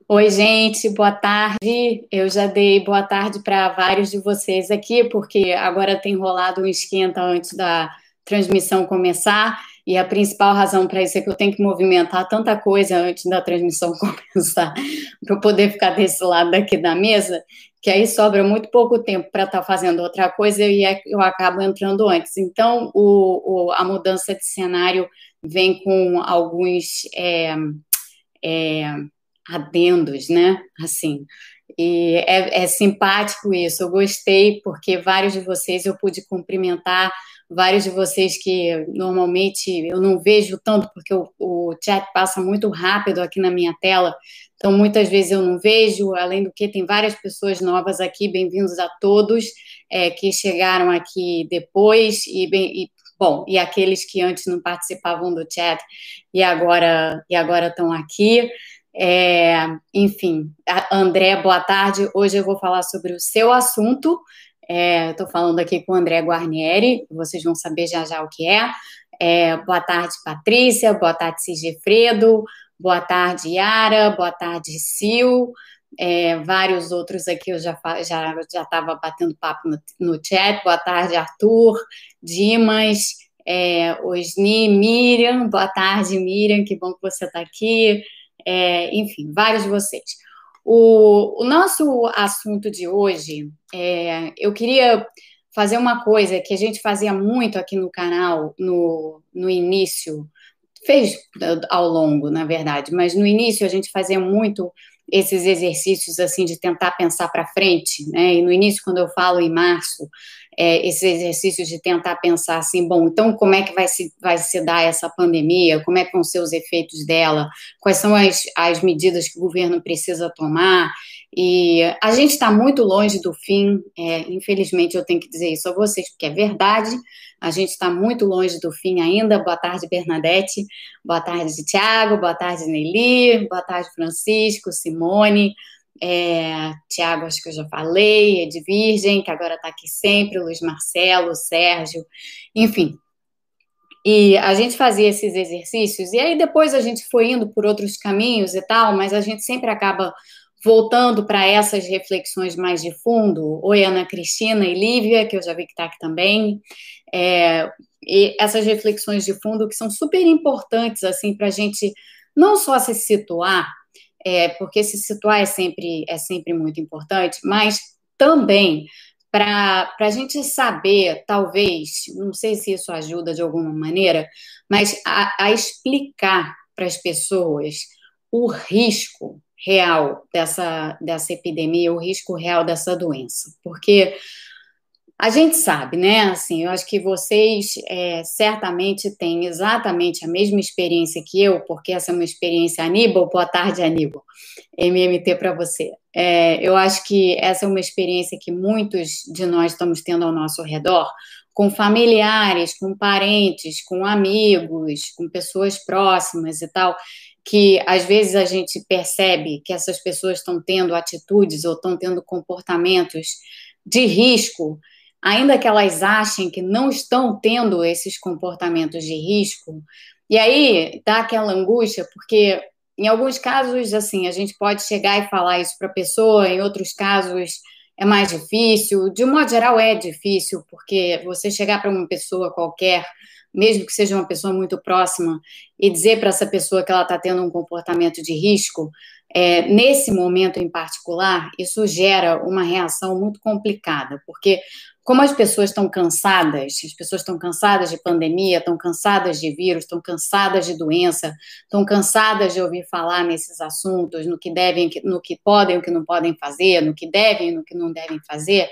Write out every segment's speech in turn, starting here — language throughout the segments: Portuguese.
Oi, gente, boa tarde. Eu já dei boa tarde para vários de vocês aqui, porque agora tem rolado um esquenta antes da transmissão começar, e a principal razão para isso é que eu tenho que movimentar tanta coisa antes da transmissão começar, para eu poder ficar desse lado daqui da mesa, que aí sobra muito pouco tempo para estar fazendo outra coisa e eu acabo entrando antes. Então, a mudança de cenário vem com alguns. É, adendos, né? Assim, e é simpático isso. Eu gostei porque vários de vocês eu pude cumprimentar, vários de vocês que normalmente eu não vejo tanto porque o chat passa muito rápido aqui na minha tela, então muitas vezes eu não vejo. Além do que, tem várias pessoas novas aqui. Bem-vindos a todos que chegaram aqui depois bom, e aqueles que antes não participavam do chat e agora estão aqui. Enfim, André, boa tarde. Hoje eu vou falar sobre o seu assunto. Estou falando aqui com o André Guarnieri, vocês vão saber já já o que é. Boa tarde, Patrícia. Boa tarde, Sigifredo. Boa tarde, Yara. Boa tarde, Sil. Vários outros aqui eu já estava batendo papo no chat. Boa tarde, Arthur, Dimas, Osni, Miriam. Boa tarde, Miriam, que bom que você está aqui. Enfim, vários de vocês. O nosso assunto de hoje, eu queria fazer uma coisa que a gente fazia muito aqui no canal no início, fez ao longo, na verdade, mas no início a gente fazia muito esses exercícios assim de tentar pensar para frente, né? E no início, quando eu falo em março, esses exercícios de tentar pensar assim, bom, então como é que vai se dar essa pandemia, como é que vão ser os efeitos dela, quais são as medidas que o governo precisa tomar, e a gente está muito longe do fim, infelizmente eu tenho que dizer isso a vocês, porque é verdade, a gente está muito longe do fim ainda. Boa tarde, Bernadette, boa tarde, Tiago, boa tarde, Nelly, boa tarde, Francisco, Simone, Tiago, acho que eu já falei, Edvirgem, que agora está aqui sempre, Luiz Marcelo, Sérgio, enfim. E a gente fazia esses exercícios, e aí depois a gente foi indo por outros caminhos e tal, mas a gente sempre acaba voltando para essas reflexões mais de fundo. Oi, Ana Cristina e Lívia, que eu já vi que está aqui também. E essas reflexões de fundo que são super importantes assim, para a gente não só se situar, porque se situar é sempre muito importante, mas também para a gente saber, talvez, não sei se isso ajuda de alguma maneira, mas a explicar para as pessoas o risco real dessa epidemia, o risco real dessa doença. Porque a gente sabe, né? Assim, eu acho que vocês certamente têm exatamente a mesma experiência que eu, porque essa é uma experiência Aníbal. Boa tarde, Aníbal. MMT para você. Eu acho que essa é uma experiência que muitos de nós estamos tendo ao nosso redor, com familiares, com parentes, com amigos, com pessoas próximas e tal, que às vezes a gente percebe que essas pessoas estão tendo atitudes ou estão tendo comportamentos de risco, ainda que elas achem que não estão tendo esses comportamentos de risco, e aí dá aquela angústia, porque em alguns casos, assim, a gente pode chegar e falar isso para a pessoa, em outros casos é mais difícil, de um modo geral é difícil, porque você chegar para uma pessoa qualquer, mesmo que seja uma pessoa muito próxima, e dizer para essa pessoa que ela está tendo um comportamento de risco, nesse momento em particular, isso gera uma reação muito complicada, porque como as pessoas estão cansadas de pandemia, estão cansadas de vírus, estão cansadas de doença, estão cansadas de ouvir falar nesses assuntos, no que devem, no que podem, o que não podem fazer, no que devem, no que não devem fazer,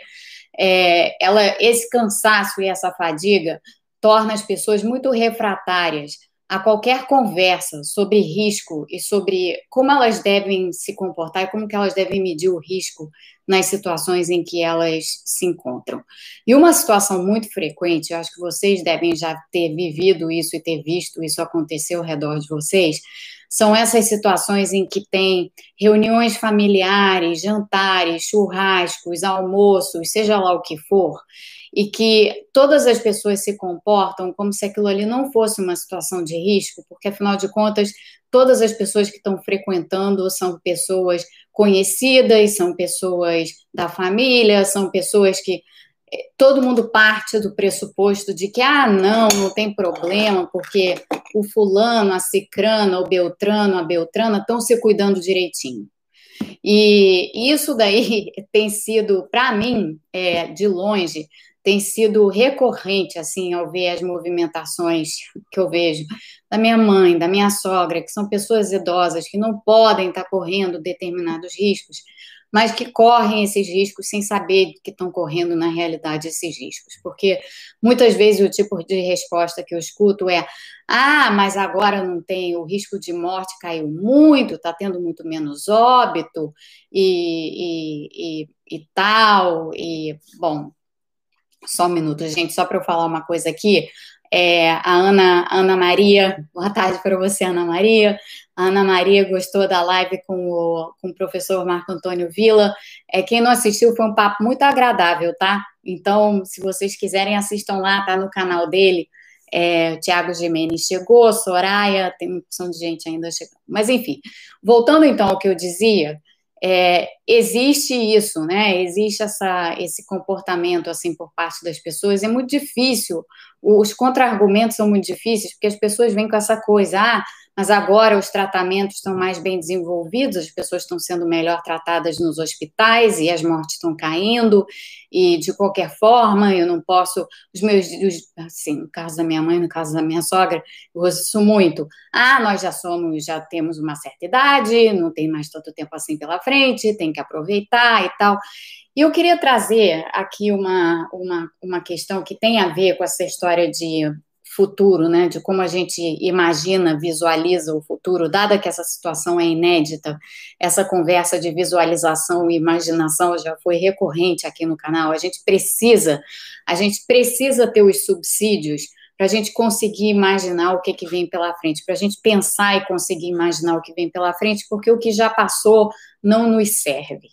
esse cansaço e essa fadiga torna as pessoas muito refratárias a qualquer conversa sobre risco e sobre como elas devem se comportar e como que elas devem medir o risco nas situações em que elas se encontram. E uma situação muito frequente, eu acho que vocês devem já ter vivido isso e ter visto isso acontecer ao redor de vocês, são essas situações em que tem reuniões familiares, jantares, churrascos, almoços, seja lá o que for, e que todas as pessoas se comportam como se aquilo ali não fosse uma situação de risco, porque, afinal de contas, todas as pessoas que estão frequentando são pessoas conhecidas, são pessoas da família, são pessoas que todo mundo parte do pressuposto de que, não tem problema, porque o fulano, a cicrana, o beltrano, a beltrana estão se cuidando direitinho. E isso daí tem sido, para mim, de longe, tem sido recorrente, assim, ao ver as movimentações que eu vejo da minha mãe, da minha sogra, que são pessoas idosas que não podem estar correndo determinados riscos, mas que correm esses riscos sem saber que estão correndo, na realidade, esses riscos. Porque muitas vezes o tipo de resposta que eu escuto é: mas agora não tem, o risco de morte caiu muito, está tendo muito menos óbito e tal. E, bom, só um minuto, gente, só para eu falar uma coisa aqui. A Ana Maria, boa tarde para você, Ana Maria. A Ana Maria gostou da live com o professor Marco Antônio Villa. Quem não assistiu, foi um papo muito agradável, tá? Então, se vocês quiserem, assistam lá, tá no canal dele. O Tiago Gimenez chegou, Soraya, tem uma opção de gente ainda chegando. Mas, enfim, voltando então ao que eu dizia, existe isso, né? Existe esse comportamento assim por parte das pessoas. É muito difícil, os contra-argumentos são muito difíceis, porque as pessoas vêm com essa coisa: mas agora os tratamentos estão mais bem desenvolvidos, as pessoas estão sendo melhor tratadas nos hospitais e as mortes estão caindo, e de qualquer forma eu não posso, assim, no caso da minha mãe, no caso da minha sogra, eu uso isso muito. Nós já temos uma certa idade, não tem mais tanto tempo assim pela frente, tem que aproveitar e tal. E eu queria trazer aqui uma questão que tem a ver com essa história de futuro, né, de como a gente imagina, visualiza o futuro, dada que essa situação é inédita. Essa conversa de visualização e imaginação já foi recorrente aqui no canal. A gente precisa ter os subsídios para a gente conseguir imaginar o que vem pela frente, para a gente pensar e conseguir imaginar o que vem pela frente, porque o que já passou não nos serve.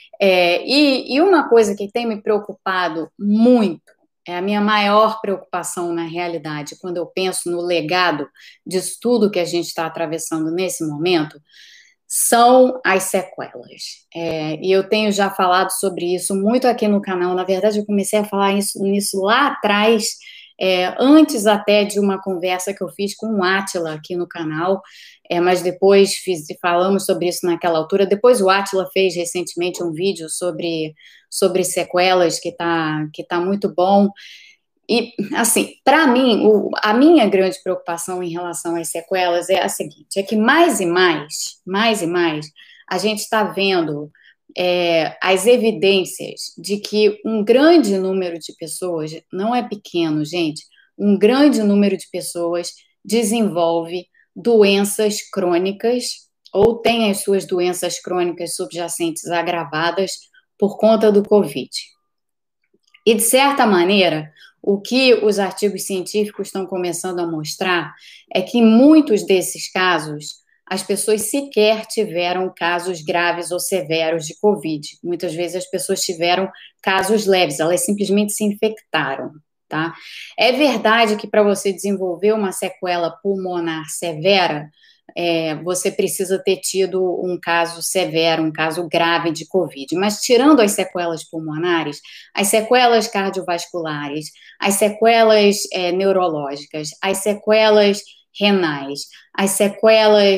E uma coisa que tem me preocupado muito, é a minha maior preocupação na realidade, quando eu penso no legado disso tudo que a gente está atravessando nesse momento, são as sequelas. E eu tenho já falado sobre isso muito aqui no canal. Na verdade, eu comecei a falar nisso lá atrás, antes até de uma conversa que eu fiz com o Átila aqui no canal, mas depois falamos sobre isso naquela altura. Depois o Átila fez recentemente um vídeo sobre sequelas que tá muito bom. E, assim, para mim, a minha grande preocupação em relação às sequelas é a seguinte: é que mais e mais, a gente está vendo as evidências de que um grande número de pessoas, não é pequeno, gente, um grande número de pessoas desenvolve doenças crônicas ou tem as suas doenças crônicas subjacentes agravadas por conta do Covid. E, de certa maneira, o que os artigos científicos estão começando a mostrar é que em muitos desses casos, as pessoas sequer tiveram casos graves ou severos de Covid. Muitas vezes as pessoas tiveram casos leves, elas simplesmente se infectaram, tá? É verdade que para você desenvolver uma sequela pulmonar severa, você precisa ter tido um caso severo, um caso grave de Covid. Mas tirando as sequelas pulmonares, as sequelas cardiovasculares, as sequelas neurológicas, as sequelas renais, as sequelas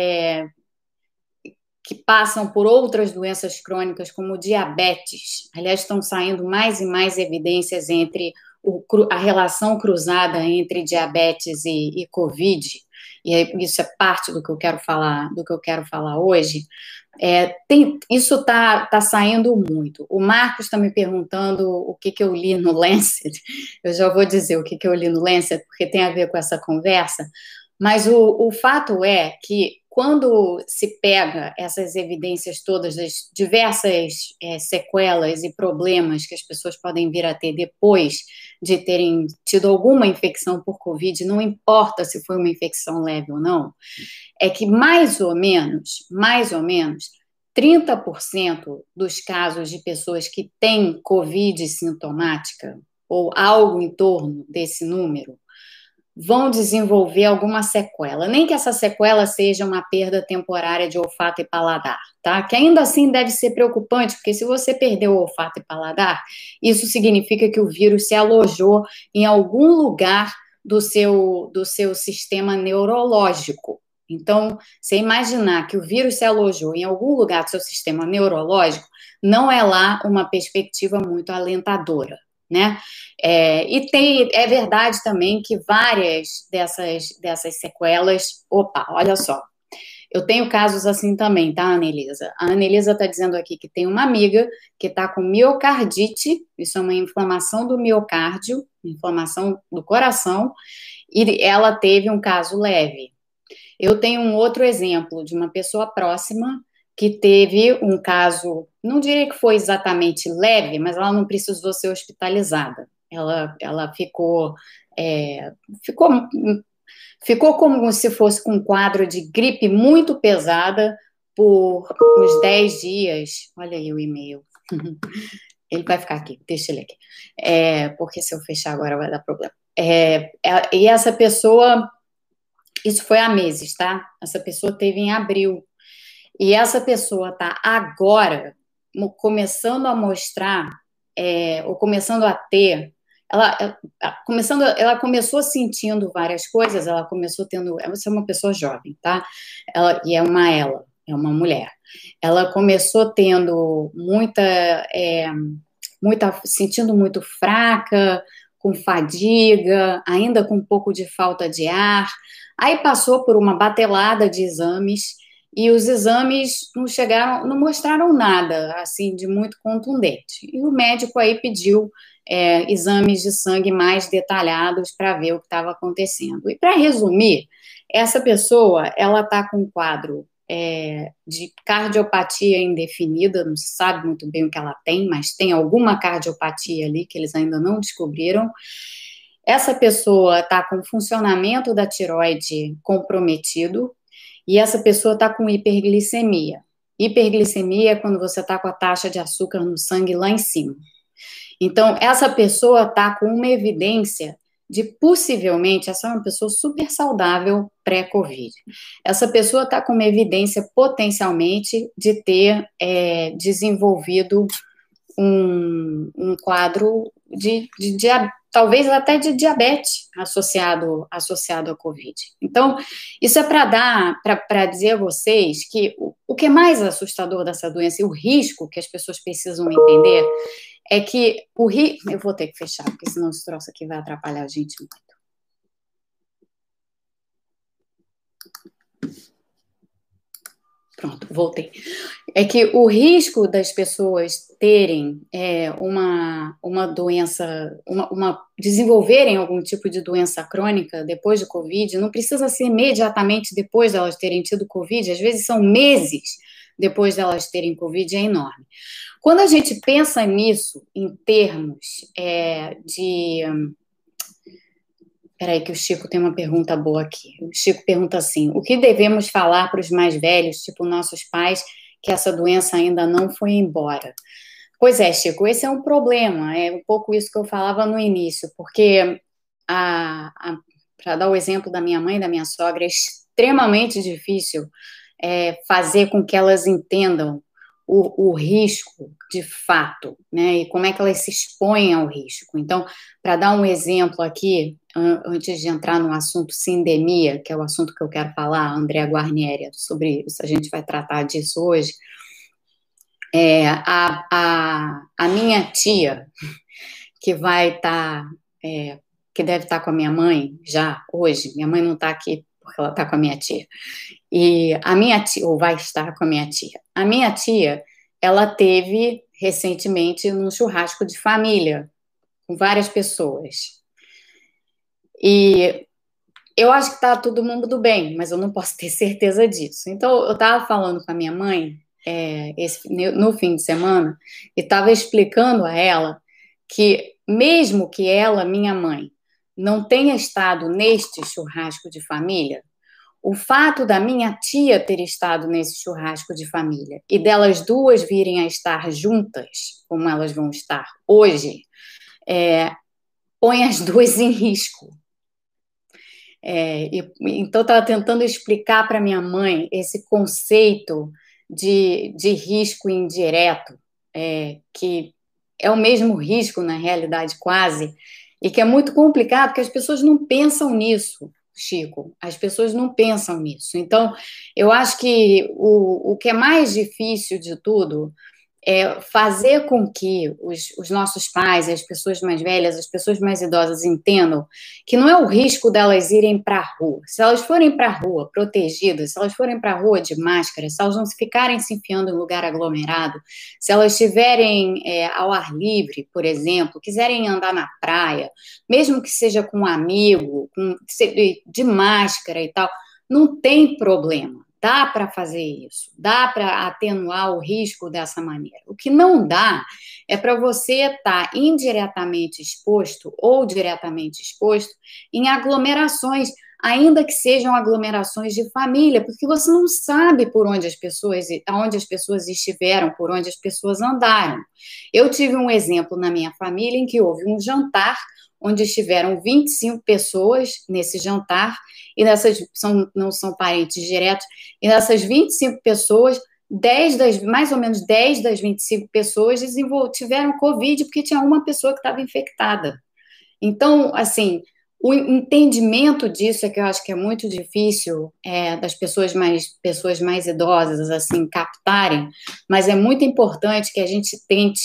que passam por outras doenças crônicas, como diabetes. Aliás, estão saindo mais e mais evidências entre a relação cruzada entre diabetes e Covid, e isso é parte do que eu quero falar hoje. Isso está saindo muito. O Marcos está me perguntando o que eu li no Lancet. Eu já vou dizer o que eu li no Lancet, porque tem a ver com essa conversa. Mas o fato é que quando se pega essas evidências todas, das diversas sequelas e problemas que as pessoas podem vir a ter depois de terem tido alguma infecção por Covid, não importa se foi uma infecção leve ou não, é que mais ou menos, 30% dos casos de pessoas que têm Covid sintomática, ou algo em torno desse número, vão desenvolver alguma sequela. Nem que essa sequela seja uma perda temporária de olfato e paladar, tá? Que ainda assim deve ser preocupante, porque se você perdeu o olfato e paladar, isso significa que o vírus se alojou em algum lugar do seu sistema neurológico. Então, você imaginar que o vírus se alojou em algum lugar do seu sistema neurológico, não é lá uma perspectiva muito alentadora, né? É verdade também que várias dessas sequelas. Opa, olha só. Eu tenho casos assim também, tá, Anelisa? A Anelisa está dizendo aqui que tem uma amiga que está com miocardite, isso é uma inflamação do miocárdio, inflamação do coração, e ela teve um caso leve. Eu tenho um outro exemplo de uma pessoa próxima que teve um caso, não diria que foi exatamente leve, mas ela não precisou ser hospitalizada. Ela ficou, ficou como se fosse com um quadro de gripe muito pesada por uns 10 dias. Olha aí o e-mail. Ele vai ficar aqui, deixa ele aqui. Porque se eu fechar agora vai dar problema. E essa pessoa, isso foi há meses, tá? Essa pessoa teve em abril. E essa pessoa está agora começando a mostrar, ou começando a ter, ela começou sentindo várias coisas, ela começou tendo, você é uma pessoa jovem, tá? É uma mulher. Ela começou tendo sentindo muito fraca, com fadiga, ainda com um pouco de falta de ar. Aí passou por uma batelada de exames e os exames não mostraram nada assim de muito contundente. E o médico aí pediu exames de sangue mais detalhados para ver o que estava acontecendo. E para resumir, essa pessoa ela está com um quadro de cardiopatia indefinida, não se sabe muito bem o que ela tem, mas tem alguma cardiopatia ali que eles ainda não descobriram. Essa pessoa está com o funcionamento da tireoide comprometido e essa pessoa está com hiperglicemia. Hiperglicemia é quando você está com a taxa de açúcar no sangue lá em cima. Então, essa pessoa está com uma evidência de possivelmente, essa é uma pessoa super saudável pré-Covid. Essa pessoa está com uma evidência potencialmente de ter desenvolvido um quadro de talvez até de diabetes associado à Covid. Então, isso é para dizer a vocês que o que é mais assustador dessa doença e o risco que as pessoas precisam entender é que eu vou ter que fechar, porque senão esse troço aqui vai atrapalhar a gente muito. Pronto, voltei. É que o risco das pessoas terem uma doença, desenvolverem algum tipo de doença crônica depois de Covid, não precisa ser imediatamente depois de elas terem tido Covid, às vezes são meses depois de elas terem Covid, é enorme. Quando a gente pensa nisso em termos de... Peraí, que o Chico tem uma pergunta boa aqui. O Chico pergunta assim: o que devemos falar para os mais velhos, tipo nossos pais, que essa doença ainda não foi embora? Pois é, Chico, esse é um problema. É um pouco isso que eu falava no início, porque, para dar o exemplo da minha mãe e da minha sogra, é extremamente difícil fazer com que elas entendam o risco de fato, né? E como é que elas se expõem ao risco. Então, para dar um exemplo aqui, antes de entrar no assunto sindemia, que é o assunto que eu quero falar, Andréa Guarnieri, sobre isso, a gente vai tratar disso hoje. A minha tia, que vai estar, que deve estar com a minha mãe já hoje, minha mãe não está aqui porque ela está com a minha tia, e a minha tia, ou vai estar com a minha tia. A minha tia, ela teve recentemente num churrasco de família, com várias pessoas. E Eu acho que tá todo mundo do bem, mas eu não posso ter certeza disso. Então, eu estava falando com a minha mãe no fim de semana e estava explicando a ela que, mesmo que ela, minha mãe, não tenha estado neste churrasco de família, o fato da minha tia ter estado nesse churrasco de família e delas duas virem a estar juntas, como elas vão estar hoje, põe as duas em risco. Então, eu estava tentando explicar para minha mãe esse conceito de risco indireto, que é o mesmo risco, na realidade, quase, e que é muito complicado, porque as pessoas não pensam nisso, Chico. As pessoas não pensam nisso. Então, eu acho que o que é mais difícil de tudo fazer com que os nossos pais, as pessoas mais velhas, as pessoas mais idosas entendam que não é o risco delas irem para a rua. Se elas forem para a rua protegidas, se elas forem para a rua de máscara, se elas não ficarem se enfiando em lugar aglomerado, se elas estiverem ao ar livre, por exemplo, quiserem andar na praia, mesmo que seja com um amigo, de máscara e tal, não tem problema. Dá para fazer isso, dá para atenuar o risco dessa maneira. O que não dá é para você estar indiretamente exposto ou diretamente exposto em aglomerações, ainda que sejam aglomerações de família, porque você não sabe por onde aonde as pessoas estiveram, por onde as pessoas andaram. Eu tive um exemplo na minha família em que houve um jantar onde estiveram 25 pessoas nesse jantar, e não são parentes diretos, e nessas 25 pessoas, mais ou menos 10 das 25 pessoas tiveram Covid porque tinha uma pessoa que estava infectada. Então, assim, o entendimento disso é que eu acho que é muito difícil das pessoas mais idosas, assim, captarem, mas é muito importante que a gente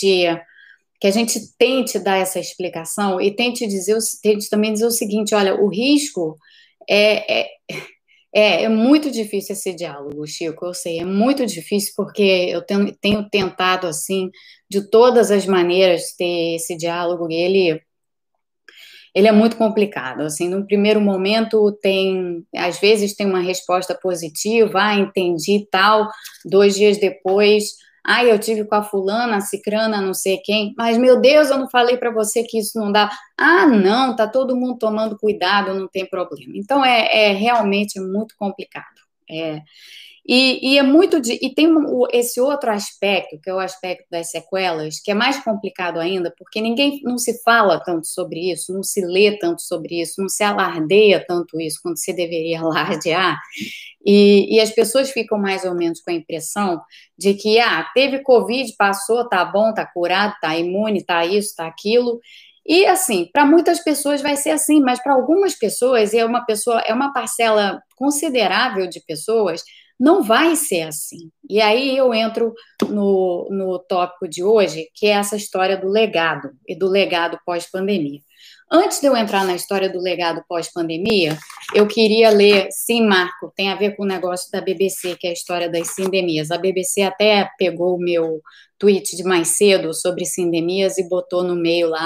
tente dar essa explicação e tente também dizer o seguinte: olha, o risco é, é, é muito difícil esse diálogo, Chico, eu sei, é muito difícil porque eu tenho tentado, assim, de todas as maneiras ter esse diálogo e ele é muito complicado, assim, no primeiro momento às vezes tem uma resposta positiva, entendi e tal, 2 dias depois, eu tive com a fulana, a cicrana, não sei quem, mas meu Deus, eu não falei para você que isso não dá, não, tá todo mundo tomando cuidado, não tem problema, então realmente muito complicado, é, e tem esse outro aspecto, que é o aspecto das sequelas, que é mais complicado ainda, porque ninguém não se fala tanto sobre isso, não se lê tanto sobre isso, não se alardeia tanto isso quando se deveria alardear, e as pessoas ficam mais ou menos com a impressão de que, teve Covid, passou, tá bom, tá curado, tá imune, tá isso, tá aquilo, e assim, para muitas pessoas vai ser assim, mas para algumas pessoas, é uma parcela considerável de pessoas, não vai ser assim. E aí eu entro no tópico de hoje, que é essa história do legado e do legado pós-pandemia. Antes de eu entrar na história do legado pós-pandemia, eu queria ler, sim, Marco, tem a ver com o negócio da BBC, que é a história das sindemias. A BBC até pegou o meu tweet de mais cedo sobre sindemias e botou no meio lá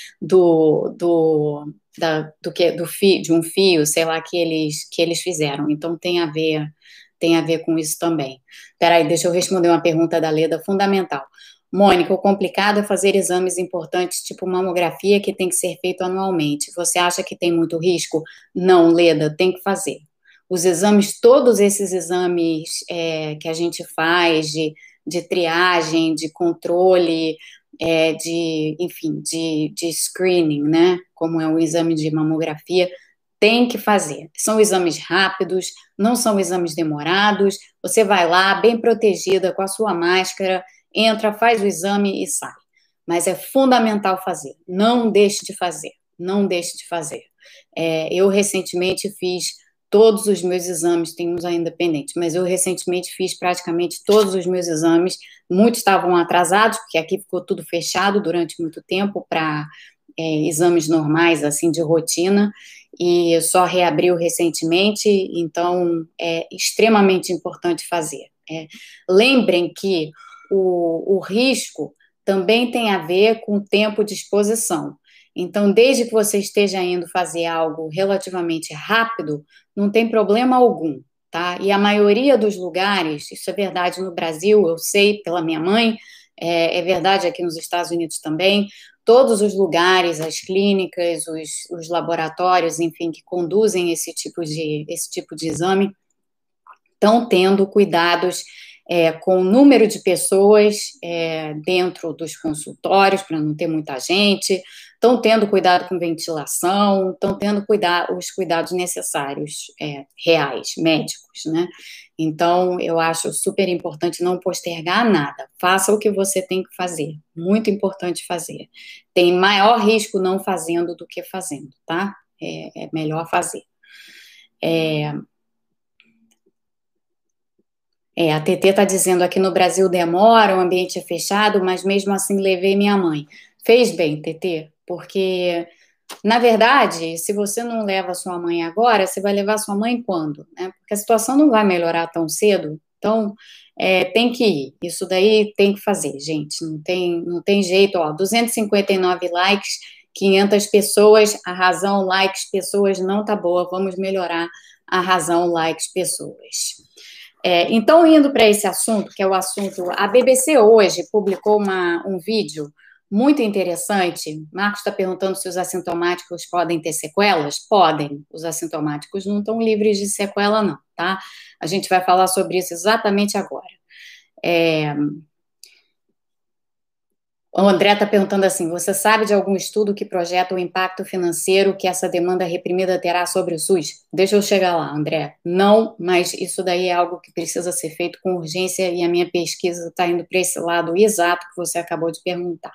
de um fio, sei lá, que eles fizeram. Então tem a ver com isso também. Peraí, deixa eu responder uma pergunta da Leda, fundamental. Mônica, o complicado é fazer exames importantes, tipo mamografia, que tem que ser feito anualmente. Você acha que tem muito risco? Não, Leda, tem que fazer. Os exames, todos esses exames que a gente faz de triagem, de controle, enfim, de screening, né? Como é o exame de mamografia, tem que fazer. São exames rápidos, não são exames demorados. Você vai lá, bem protegida, com a sua máscara, entra, faz o exame e sai. Mas é fundamental fazer. Não deixe de fazer. Não deixe de fazer. Eu recentemente fiz todos os meus exames, tem uns ainda pendentes, mas eu recentemente fiz praticamente todos os meus exames. Muitos estavam atrasados, porque aqui ficou tudo fechado durante muito tempo para exames normais, assim, de rotina, e só reabriu recentemente, então é extremamente importante fazer. Lembrem que o risco também tem a ver com o tempo de exposição. Então, desde que você esteja indo fazer algo relativamente rápido, não tem problema algum, tá? E a maioria dos lugares, isso é verdade no Brasil, eu sei pela minha mãe, é verdade aqui nos Estados Unidos também, todos os lugares, as clínicas, os laboratórios, enfim, que conduzem esse tipo de exame, estão tendo cuidados com o número de pessoas dentro dos consultórios, para não ter muita gente, estão tendo cuidado com ventilação, estão tendo os cuidados necessários, reais, médicos, né? Então, eu acho super importante não postergar nada. Faça o que você tem que fazer. Muito importante fazer. Tem maior risco não fazendo do que fazendo, tá? É melhor fazer. A TT está dizendo aqui no Brasil demora, o ambiente é fechado, mas mesmo assim levei minha mãe. Fez bem, TT, porque, na verdade, se você não leva sua mãe agora, você vai levar sua mãe quando? Né? Porque a situação não vai melhorar tão cedo, então tem que ir. Isso daí tem que fazer, gente, não tem jeito. Ó, 259 likes, 500 pessoas, a razão likes pessoas não tá boa, vamos melhorar a razão likes pessoas. Então, indo para esse assunto, que é o assunto, a BBC hoje publicou um vídeo muito interessante. Marcos está perguntando se os assintomáticos podem ter sequelas. Podem, os assintomáticos não estão livres de sequela, não, tá? A gente vai falar sobre isso exatamente agora. O André está perguntando assim: você sabe de algum estudo que projeta o impacto financeiro que essa demanda reprimida terá sobre o SUS? Deixa eu chegar lá, André. Não, mas isso daí é algo que precisa ser feito com urgência e a minha pesquisa está indo para esse lado exato que você acabou de perguntar.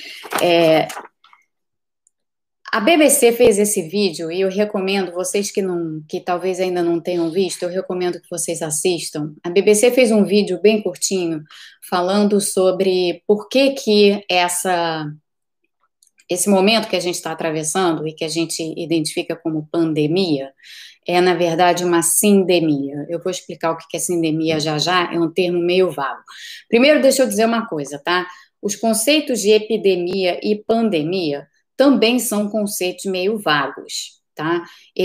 A BBC fez esse vídeo e eu recomendo, vocês que talvez ainda não tenham visto, eu recomendo que vocês assistam. A BBC fez um vídeo bem curtinho falando sobre por que esse momento que a gente está atravessando e que a gente identifica como pandemia é, na verdade, uma sindemia. Eu vou explicar o que é sindemia já já, é um termo meio vago. Primeiro, deixa eu dizer uma coisa, tá? Os conceitos de epidemia e pandemia também são conceitos meio vagos, tá?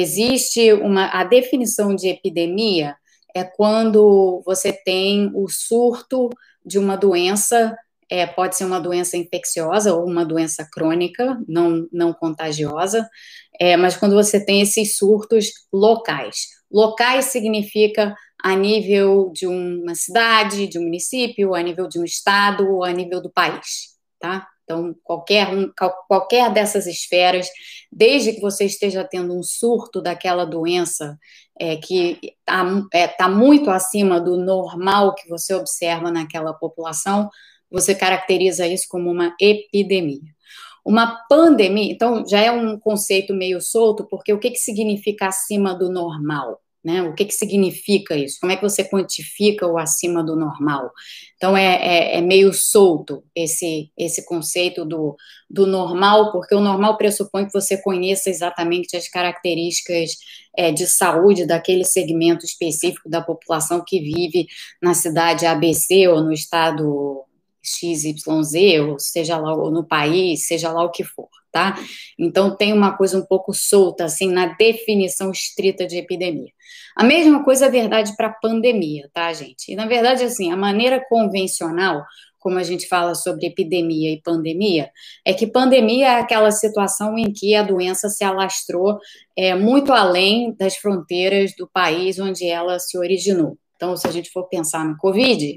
A definição de epidemia é quando você tem o surto de uma doença, pode ser uma doença infecciosa ou uma doença crônica, não contagiosa, mas quando você tem esses surtos locais. Locais significa a nível de uma cidade, de um município, a nível de um estado, ou a nível do país, tá? Então, qualquer dessas esferas, desde que você esteja tendo um surto daquela doença que está muito acima do normal que você observa naquela população, você caracteriza isso como uma epidemia. Uma pandemia, então, já é um conceito meio solto, porque o que significa acima do normal? Né? O que significa isso? Como é que você quantifica o acima do normal? Então, é meio solto esse conceito do normal, porque o normal pressupõe que você conheça exatamente as características de saúde daquele segmento específico da população que vive na cidade ABC ou no estado XYZ, ou seja lá, ou no país, seja lá o que for, tá? Então, tem uma coisa um pouco solta, assim, na definição estrita de epidemia. A mesma coisa é verdade para pandemia, tá, gente? E, na verdade, assim, a maneira convencional, como a gente fala sobre epidemia e pandemia, é que pandemia é aquela situação em que a doença se alastrou muito além das fronteiras do país onde ela se originou. Então, se a gente for pensar na COVID,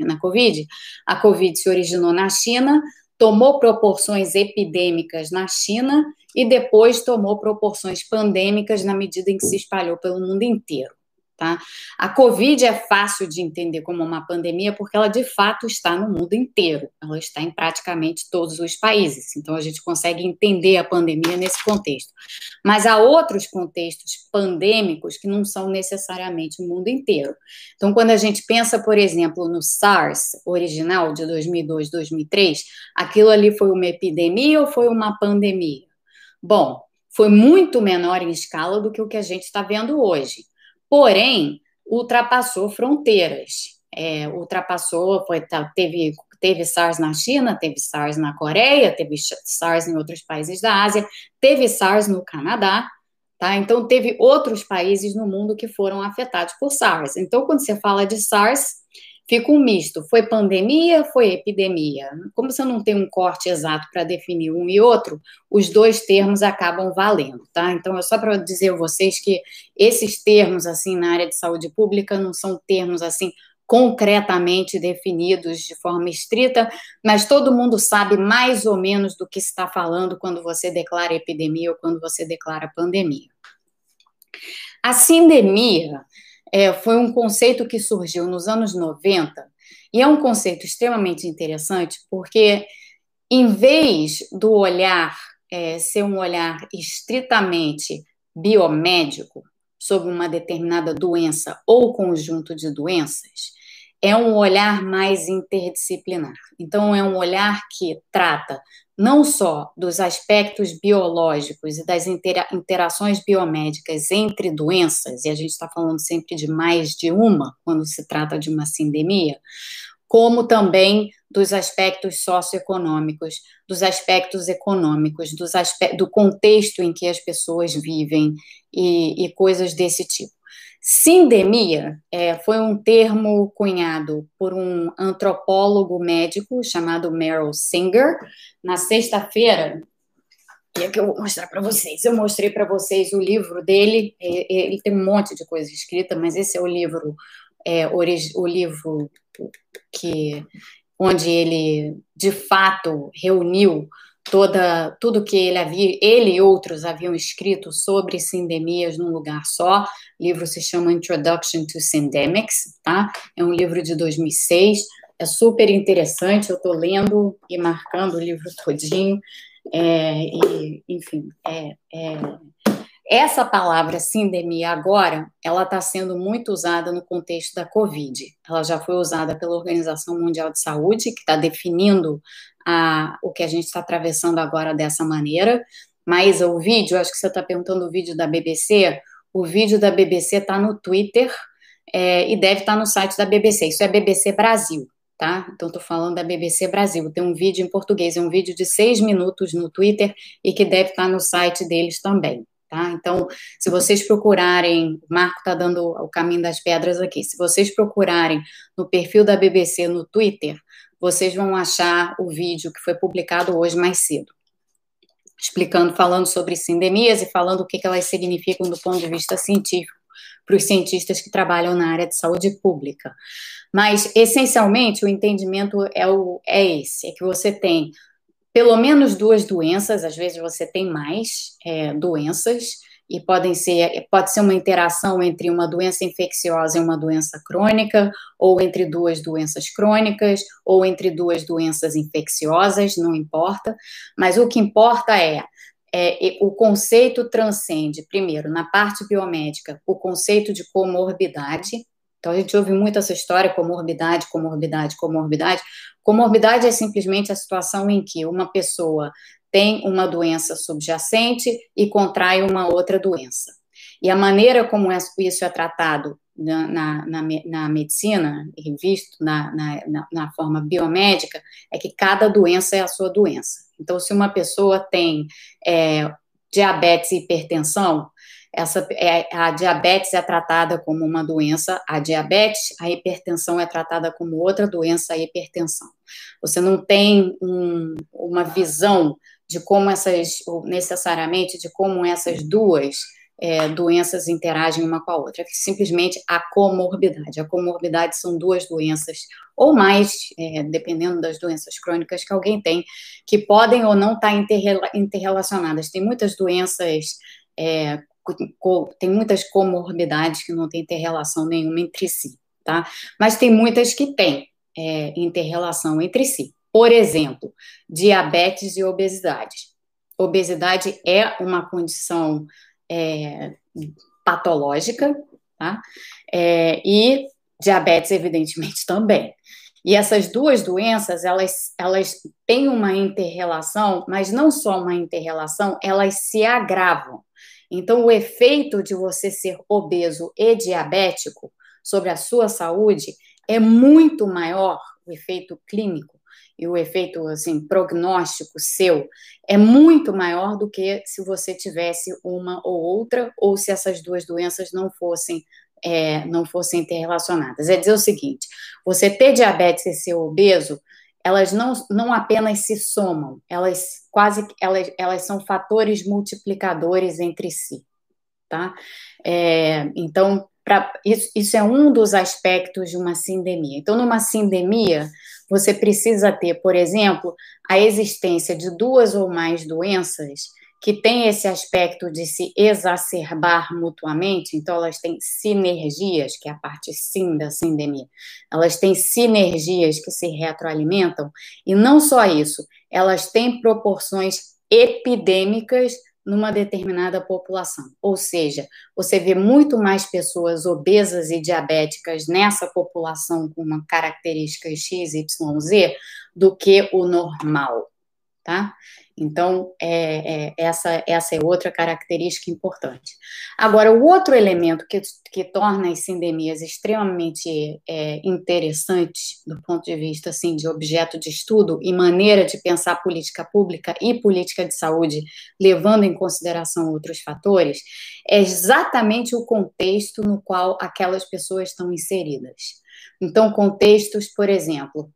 a COVID se originou na China, tomou proporções epidêmicas na China e depois tomou proporções pandêmicas na medida em que se espalhou pelo mundo inteiro. Tá? A Covid é fácil de entender como uma pandemia porque ela de fato está no mundo inteiro, ela está em praticamente todos os países, então a gente consegue entender a pandemia nesse contexto. Mas há outros contextos pandêmicos que não são necessariamente o mundo inteiro. Então, quando a gente pensa, por exemplo, no SARS original de 2002, 2003, aquilo ali foi uma epidemia ou foi uma pandemia? Bom, foi muito menor em escala do que o que a gente está vendo hoje. Porém, ultrapassou fronteiras, teve teve SARS na China, teve SARS na Coreia, teve SARS em outros países da Ásia, teve SARS no Canadá, tá? Então, teve outros países no mundo que foram afetados por SARS. Então, quando você fala de SARS, fica um misto. Foi pandemia, foi epidemia? Como você não tem um corte exato para definir um e outro, os dois termos acabam valendo, tá? Então, é só para dizer a vocês que esses termos, assim, na área de saúde pública, não são termos, assim, concretamente definidos de forma estrita, mas todo mundo sabe mais ou menos do que se está falando quando você declara epidemia ou quando você declara pandemia. A sindemia foi um conceito que surgiu nos anos 90 e é um conceito extremamente interessante porque, em vez do olhar ser um olhar estritamente biomédico sobre uma determinada doença ou conjunto de doenças, é um olhar mais interdisciplinar. Então, é um olhar que trata não só dos aspectos biológicos e das interações biomédicas entre doenças, e a gente está falando sempre de mais de uma quando se trata de uma sindemia, como também dos aspectos socioeconômicos, dos aspectos econômicos, do contexto em que as pessoas vivem e coisas desse tipo. Sindemia foi um termo cunhado por um antropólogo médico chamado Merrill Singer. Na sexta-feira, que eu vou mostrar para vocês. Eu mostrei para vocês o livro dele. Ele tem um monte de coisa escrita, mas esse é o livro, o livro onde ele de fato reuniu tudo que ele e outros haviam escrito sobre sindemias num lugar só. O livro se chama Introduction to Syndemics, tá? É um livro de 2006, é super interessante, eu estou lendo e marcando o livro todinho, enfim, essa palavra sindemia agora, ela está sendo muito usada no contexto da Covid. Ela já foi usada pela Organização Mundial de Saúde, que está definindo o que a gente está atravessando agora dessa maneira. Mas o vídeo, acho que você está perguntando o vídeo da BBC, o vídeo da BBC está no Twitter e deve estar no site da BBC. Isso é BBC Brasil, tá? Então, estou falando da BBC Brasil. Tem um vídeo em português, é um vídeo de 6 minutos no Twitter e que deve estar no site deles também. Tá? Então, se vocês procurarem, o Marco está dando o caminho das pedras aqui, se vocês procurarem no perfil da BBC no Twitter, vocês vão achar o vídeo que foi publicado hoje mais cedo, falando sobre sindemias e falando o que elas significam do ponto de vista científico para os cientistas que trabalham na área de saúde pública. Mas, essencialmente, o entendimento é esse, é que você tem pelo menos 2 doenças, às vezes você tem mais doenças, e pode ser uma interação entre uma doença infecciosa e uma doença crônica, ou entre 2 doenças crônicas, ou entre 2 doenças infecciosas, não importa, mas o que importa o conceito transcende, primeiro, na parte biomédica, o conceito de comorbidade. Então, a gente ouve muito essa história, comorbidade, comorbidade, comorbidade. Comorbidade é simplesmente a situação em que uma pessoa tem uma doença subjacente e contrai uma outra doença. E a maneira como isso é tratado na medicina, visto na forma biomédica, é que cada doença é a sua doença. Então, se uma pessoa tem diabetes e hipertensão, a diabetes é tratada como uma doença, a diabetes, a hipertensão é tratada como outra doença, a hipertensão. Você não tem uma visão de como necessariamente de como essas duas doenças interagem uma com a outra, é simplesmente a comorbidade. A comorbidade são 2 doenças, ou mais, dependendo das doenças crônicas que alguém tem, que podem ou não estar interrelacionadas. Tem muitas doenças tem muitas comorbidades que não têm interrelação nenhuma entre si, tá? Mas tem muitas que têm interrelação entre si. Por exemplo, diabetes e obesidade. Obesidade é uma condição patológica, tá? E diabetes, evidentemente, também. E essas 2 doenças, elas têm uma interrelação, mas não só uma interrelação, elas se agravam. Então, o efeito de você ser obeso e diabético sobre a sua saúde é muito maior, o efeito clínico, e o efeito assim, prognóstico seu é muito maior do que se você tivesse uma ou outra, ou se essas duas doenças não fossem interrelacionadas. É dizer o seguinte: você ter diabetes e ser obeso, elas não apenas se somam, elas são fatores multiplicadores entre si, tá? Então, isso é um dos aspectos de uma sindemia. Então, numa sindemia, você precisa ter, por exemplo, a existência de duas ou mais doenças que têm esse aspecto de se exacerbar mutuamente, então elas têm sinergias, que é a parte sim da sindemia, elas têm sinergias que se retroalimentam, e não só isso, elas têm proporções epidêmicas numa determinada população. Ou seja, você vê muito mais pessoas obesas e diabéticas nessa população com uma característica XYZ do que o normal, tá? Então, essa é outra característica importante. Agora, o outro elemento que torna as sindemias extremamente interessantes do ponto de vista assim, de objeto de estudo e maneira de pensar política pública e política de saúde, levando em consideração outros fatores, é exatamente o contexto no qual aquelas pessoas estão inseridas. Então, contextos, por exemplo,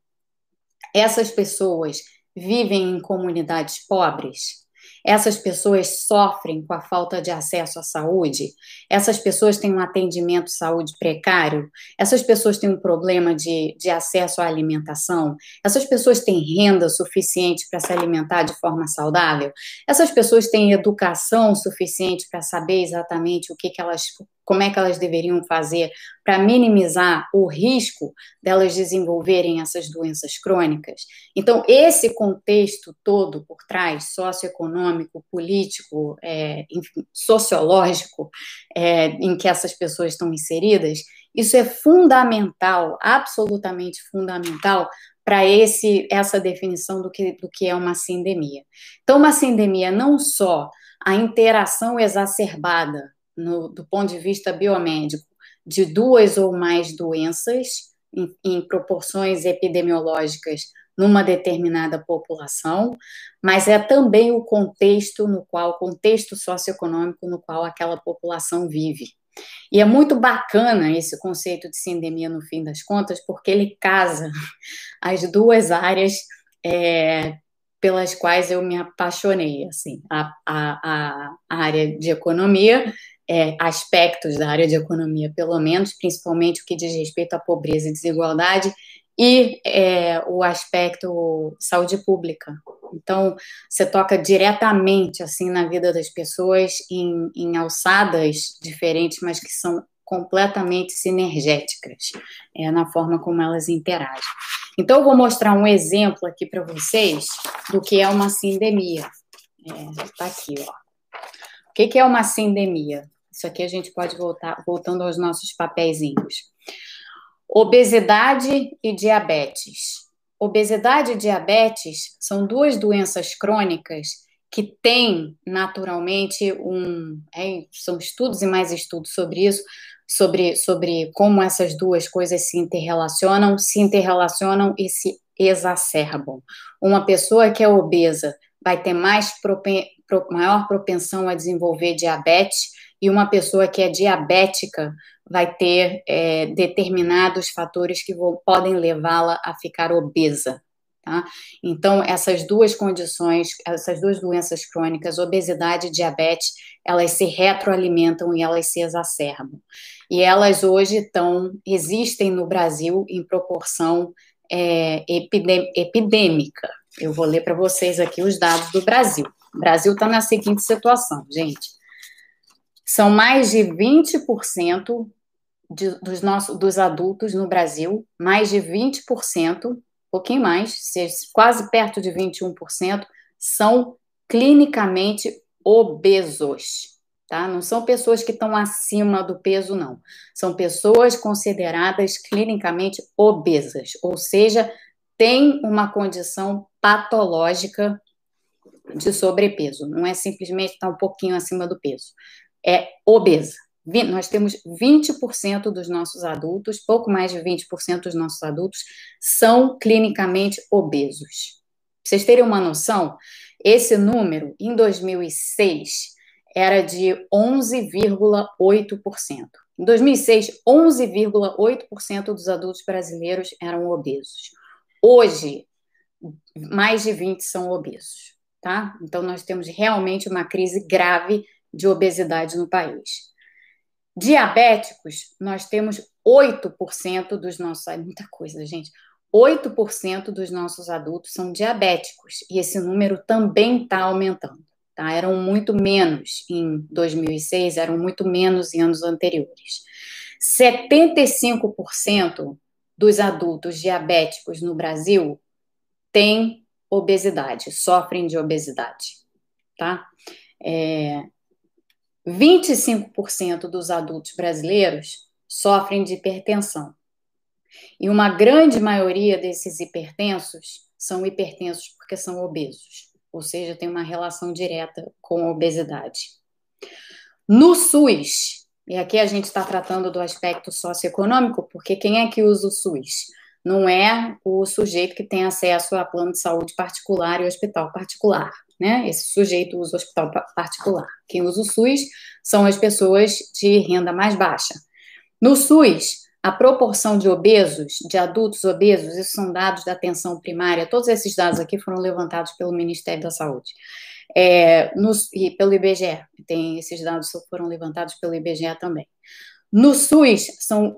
essas pessoas vivem em comunidades pobres, essas pessoas sofrem com a falta de acesso à saúde, essas pessoas têm um atendimento de saúde precário, essas pessoas têm um problema de acesso à alimentação, essas pessoas têm renda suficiente para se alimentar de forma saudável, essas pessoas têm educação suficiente para saber exatamente como é que elas deveriam fazer para minimizar o risco delas desenvolverem essas doenças crônicas. Então, esse contexto todo por trás, socioeconômico, político, enfim, sociológico, em que essas pessoas estão inseridas, isso é fundamental, absolutamente fundamental, para essa definição do que é uma sindemia. Então, uma sindemia não só a interação exacerbada do ponto de vista biomédico de duas ou mais doenças em proporções epidemiológicas numa determinada população, mas é também o contexto socioeconômico no qual aquela população vive. E é muito bacana esse conceito de sindemia no fim das contas, porque ele casa as duas áreas pelas quais eu me apaixonei, assim, a área de economia, aspectos da área de economia, pelo menos, principalmente o que diz respeito à pobreza e desigualdade, e o aspecto saúde pública. Então, você toca diretamente, assim, na vida das pessoas em alçadas diferentes, mas que são completamente sinergéticas, na forma como elas interagem. Então, eu vou mostrar um exemplo aqui para vocês do que é uma sindemia. Tá aqui, ó. O que é uma sindemia? Isso aqui a gente pode voltando aos nossos papeizinhos. Obesidade e diabetes. Obesidade e diabetes são duas doenças crônicas que têm naturalmente são estudos e mais estudos sobre isso, sobre como essas duas coisas se interrelacionam e se exacerbam. Uma pessoa que é obesa vai ter maior propensão a desenvolver diabetes, e uma pessoa que é diabética vai ter determinados fatores que podem levá-la a ficar obesa. Tá? Então, essas duas condições, essas duas doenças crônicas, obesidade e diabetes, elas se retroalimentam e elas se exacerbam. E elas hoje existem no Brasil em proporção epidêmica. Eu vou ler para vocês aqui os dados do Brasil. O Brasil está na seguinte situação, gente. São mais de 20% dos adultos no Brasil, mais de 20%, um pouquinho mais, quase perto de 21%, são clinicamente obesos, tá? Não são pessoas que estão acima do peso, não. São pessoas consideradas clinicamente obesas, ou seja, têm uma condição patológica de sobrepeso. Não é simplesmente estar um pouquinho acima do peso. É obesa, Nós temos 20% dos nossos adultos, pouco mais de 20% dos nossos adultos, são clinicamente obesos. Pra vocês terem uma noção, esse número, em 2006, era de 11,8%. Em 2006, 11,8% dos adultos brasileiros eram obesos. Hoje, mais de 20% são obesos, tá? Então, nós temos realmente uma crise grave de obesidade no país. Diabéticos, nós temos 8% dos nossos... Muita coisa, gente. 8% dos nossos adultos são diabéticos, e esse número também está aumentando, tá? Eram muito menos em 2006, eram muito menos em anos anteriores. 75% dos adultos diabéticos no Brasil têm obesidade, sofrem de obesidade, tá? 25% dos adultos brasileiros sofrem de hipertensão. E uma grande maioria desses hipertensos são hipertensos porque são obesos, ou seja, tem uma relação direta com a obesidade. No SUS, e aqui a gente está tratando do aspecto socioeconômico, porque quem é que usa o SUS? Não é o sujeito que tem acesso a plano de saúde particular e hospital particular, né? Esse sujeito usa o hospital particular. Quem usa o SUS são as pessoas de renda mais baixa. No SUS, a proporção de obesos, de adultos obesos, isso são dados da atenção primária, todos esses dados aqui foram levantados pelo Ministério da Saúde, e pelo IBGE, esses dados foram levantados pelo IBGE também. No SUS, são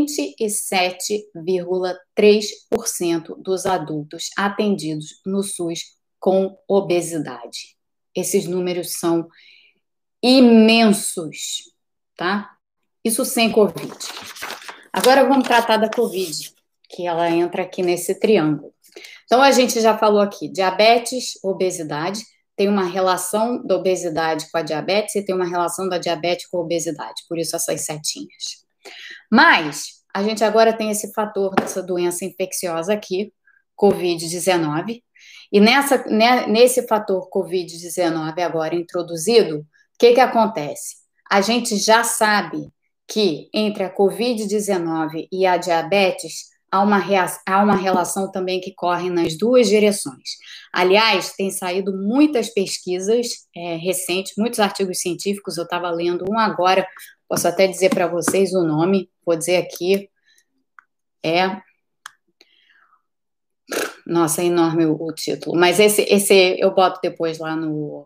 27,3% dos adultos atendidos no SUS com obesidade. Esses números são imensos, tá? Isso sem Covid. Agora vamos tratar da Covid, que ela entra aqui nesse triângulo. Então, a gente já falou aqui, diabetes, obesidade, tem uma relação da obesidade com a diabetes e tem uma relação da diabetes com a obesidade, por isso essas setinhas. Mas a gente agora tem esse fator dessa doença infecciosa aqui, Covid-19, e nesse fator Covid-19 agora introduzido, o que acontece? A gente já sabe que entre a Covid-19 e a diabetes há uma relação também que corre nas duas direções. Aliás, tem saído muitas pesquisas recentes, muitos artigos científicos, eu estava lendo um agora, posso até dizer para vocês o nome, vou dizer aqui, Nossa, é enorme o título, mas esse eu boto depois lá no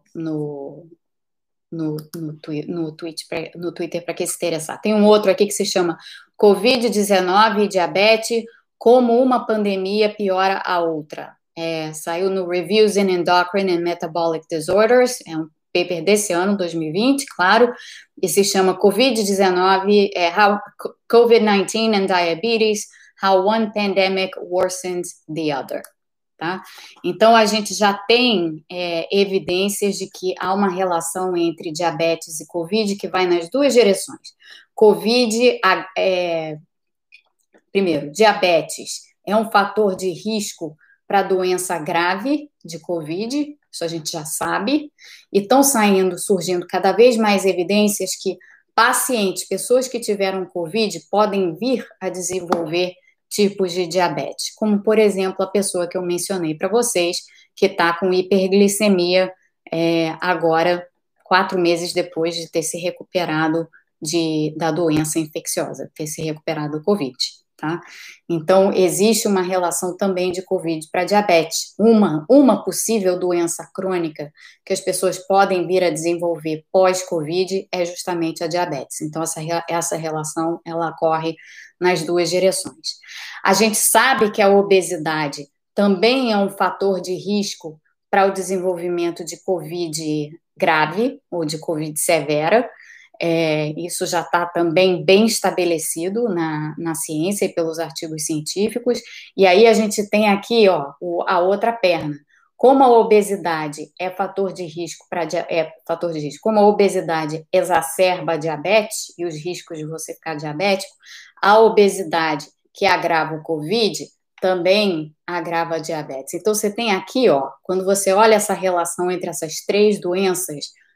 Twitter para quem se interessar. Tem um outro aqui que se chama Covid-19 e diabetes, como uma pandemia piora a outra. Saiu no Reviews in Endocrine and Metabolic Disorders, é um paper desse ano, 2020, claro, e se chama Covid-19, COVID-19 and Diabetes, How One Pandemic Worsens the Other. Tá? Então, a gente já tem evidências de que há uma relação entre diabetes e Covid que vai nas duas direções. Primeiro, diabetes é um fator de risco para doença grave de Covid, isso a gente já sabe, e estão surgindo cada vez mais evidências que pacientes, pessoas que tiveram Covid, podem vir a desenvolver tipos de diabetes, como, por exemplo, a pessoa que eu mencionei para vocês, que está com hiperglicemia agora, 4 meses depois de ter se recuperado da doença infecciosa, ter se recuperado do Covid, tá? Então, existe uma relação também de Covid para diabetes. Uma possível doença crônica que as pessoas podem vir a desenvolver pós-Covid é justamente a diabetes. Então, essa relação, ela ocorre nas duas direções. A gente sabe que a obesidade também é um fator de risco para o desenvolvimento de Covid grave ou de Covid severa. Isso já está também bem estabelecido na ciência e pelos artigos científicos. E aí a gente tem aqui a outra perna. Como a obesidade é fator de risco como a obesidade exacerba a diabetes e os riscos de você ficar diabético, a obesidade que agrava o Covid também agrava a diabetes. Então, você tem aqui, quando você olha essa relação entre essas três doenças,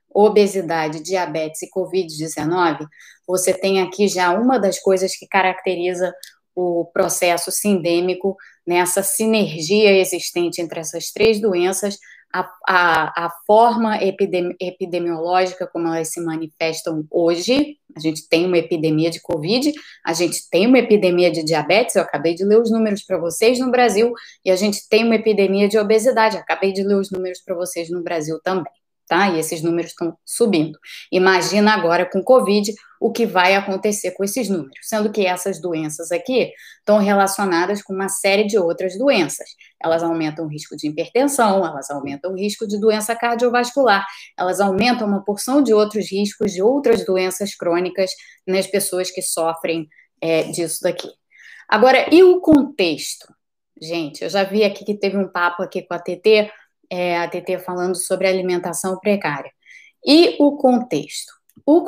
obesidade, diabetes e Covid-19, você tem aqui já uma das coisas que caracteriza o processo sindêmico, nessa sinergia existente entre essas três doenças, a forma epidemiológica como elas se manifestam hoje. A gente tem uma epidemia de Covid, a gente tem uma epidemia de diabetes, eu acabei de ler os números para vocês no Brasil, e a gente tem uma epidemia de obesidade, acabei de ler os números para vocês no Brasil também, tá? E esses números estão subindo. Imagina agora com Covid o que vai acontecer com esses números, sendo que essas doenças aqui estão relacionadas com uma série de outras doenças. Elas aumentam o risco de hipertensão, elas aumentam o risco de doença cardiovascular, elas aumentam uma porção de outros riscos de outras doenças crônicas nas pessoas que sofrem disso daqui. Agora, e o contexto? Gente, eu já vi aqui que teve um papo aqui com a TT falando sobre alimentação precária. E o contexto? O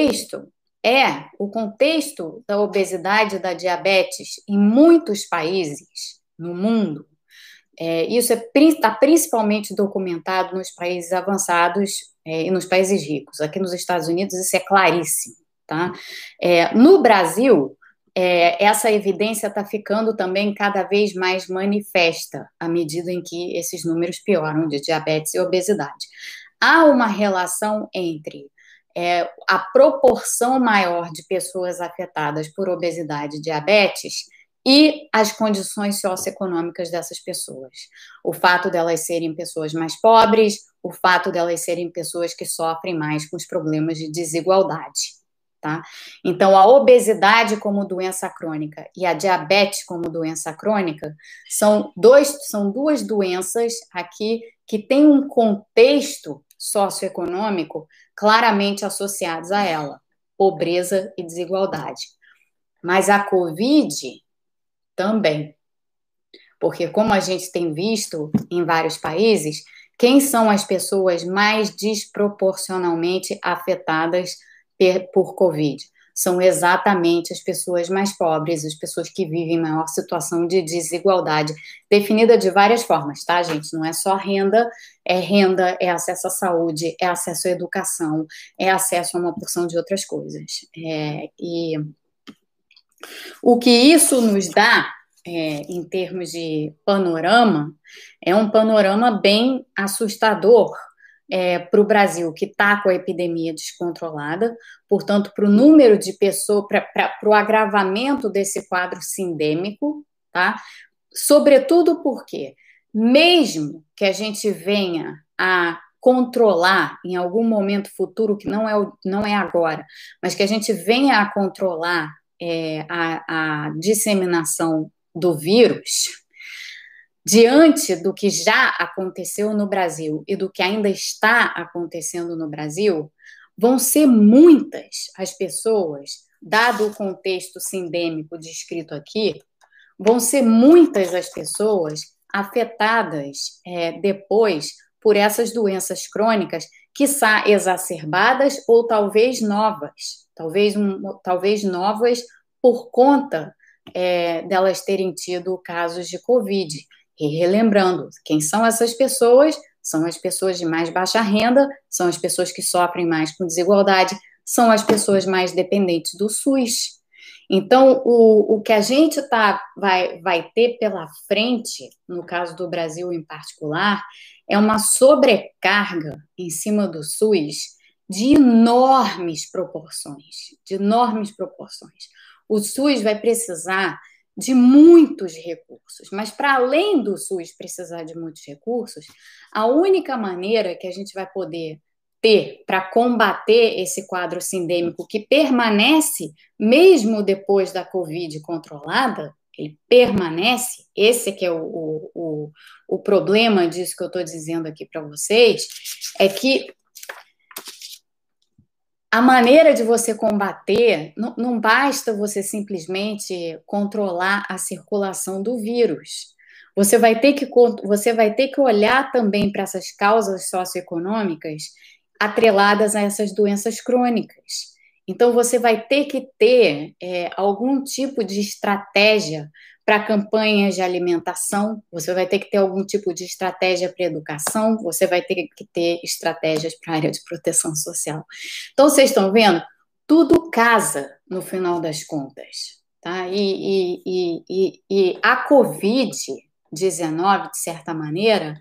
contexto da obesidade e da diabetes em muitos países no mundo. Isso está principalmente documentado nos países avançados e nos países ricos. Aqui nos Estados Unidos isso é claríssimo, tá? No Brasil, essa evidência está ficando também cada vez mais manifesta à medida em que esses números pioram de diabetes e obesidade. Há uma relação entre a proporção maior de pessoas afetadas por obesidade e diabetes e as condições socioeconômicas dessas pessoas. O fato delas serem pessoas mais pobres, o fato delas serem pessoas que sofrem mais com os problemas de desigualdade. Tá? Então, a obesidade como doença crônica e a diabetes como doença crônica são duas doenças aqui que têm um contexto socioeconômico claramente associados a ela, pobreza e desigualdade. Mas a Covid também, porque como a gente tem visto em vários países, quem são as pessoas mais desproporcionalmente afetadas por Covid? São exatamente as pessoas mais pobres, as pessoas que vivem em maior situação de desigualdade, definida de várias formas, tá, gente? Não é só renda, é acesso à saúde, é acesso à educação, é acesso a uma porção de outras coisas. E o que isso nos dá, em termos de panorama, é um panorama bem assustador para o Brasil, que está com a epidemia descontrolada, portanto, para o número de pessoas, para o agravamento desse quadro sindêmico, tá? Sobretudo porque, mesmo que a gente venha a controlar em algum momento futuro, que não é agora, mas que a gente venha a controlar a disseminação do vírus, diante do que já aconteceu no Brasil e do que ainda está acontecendo no Brasil, vão ser muitas as pessoas, dado o contexto sindêmico descrito aqui, vão ser muitas as pessoas afetadas depois por essas doenças crônicas, quiçá exacerbadas ou talvez novas, talvez novas por conta delas terem tido casos de Covid. E relembrando, quem são essas pessoas? São as pessoas de mais baixa renda, são as pessoas que sofrem mais com desigualdade, são as pessoas mais dependentes do SUS. Então, o que a gente vai ter pela frente, no caso do Brasil em particular, é uma sobrecarga em cima do SUS de enormes proporções, O SUS vai precisar de muitos recursos, mas para além do SUS precisar de muitos recursos, a única maneira que a gente vai poder ter para combater esse quadro sindêmico que permanece mesmo depois da Covid controlada, ele permanece, esse que é o problema disso que eu estou dizendo aqui para vocês, é que a maneira de você combater, não basta você simplesmente controlar a circulação do vírus. Você vai ter que olhar também para essas causas socioeconômicas atreladas a essas doenças crônicas. Então, você vai ter que ter algum tipo de estratégia para campanhas de alimentação, você vai ter que ter algum tipo de estratégia para educação, você vai ter que ter estratégias para a área de proteção social. Então, vocês estão vendo? Tudo casa no final das contas, tá? E a Covid-19, de certa maneira,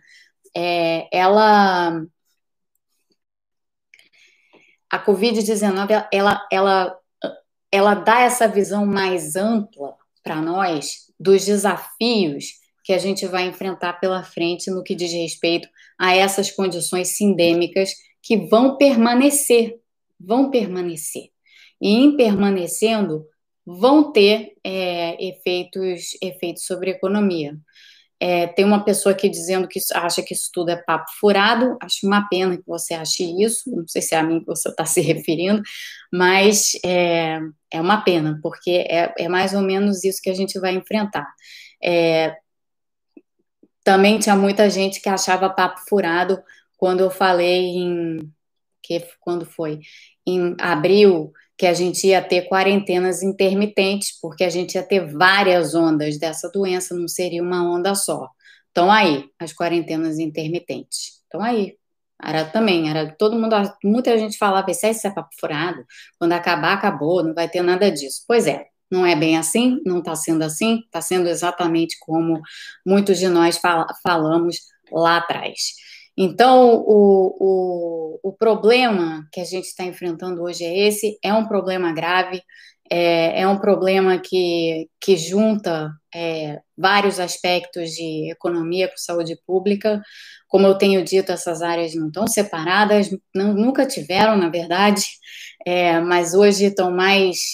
a Covid-19, ela dá essa visão mais ampla para nós dos desafios que a gente vai enfrentar pela frente no que diz respeito a essas condições sindêmicas que vão permanecer. E em permanecendo, vão ter efeitos sobre a economia. Tem uma pessoa aqui dizendo que acha que isso tudo é papo furado. Acho uma pena que você ache isso. Não sei se é a mim que você está se referindo, mas é uma pena, porque é mais ou menos isso que a gente vai enfrentar. Também tinha muita gente que achava papo furado quando eu falei quando foi? Em abril, que a gente ia ter quarentenas intermitentes, porque a gente ia ter várias ondas dessa doença, não seria uma onda só. Então, aí, as quarentenas intermitentes. Então, aí, era todo mundo, muita gente falava, isso é papo furado, quando acabar, acabou, não vai ter nada disso. Pois é, não é bem assim, não está sendo assim, está sendo exatamente como muitos de nós falamos lá atrás. Então, o problema que a gente está enfrentando hoje é um problema grave, é um problema que junta vários aspectos de economia com saúde pública. Como eu tenho dito, essas áreas não estão separadas, nunca tiveram, na verdade, mas hoje estão mais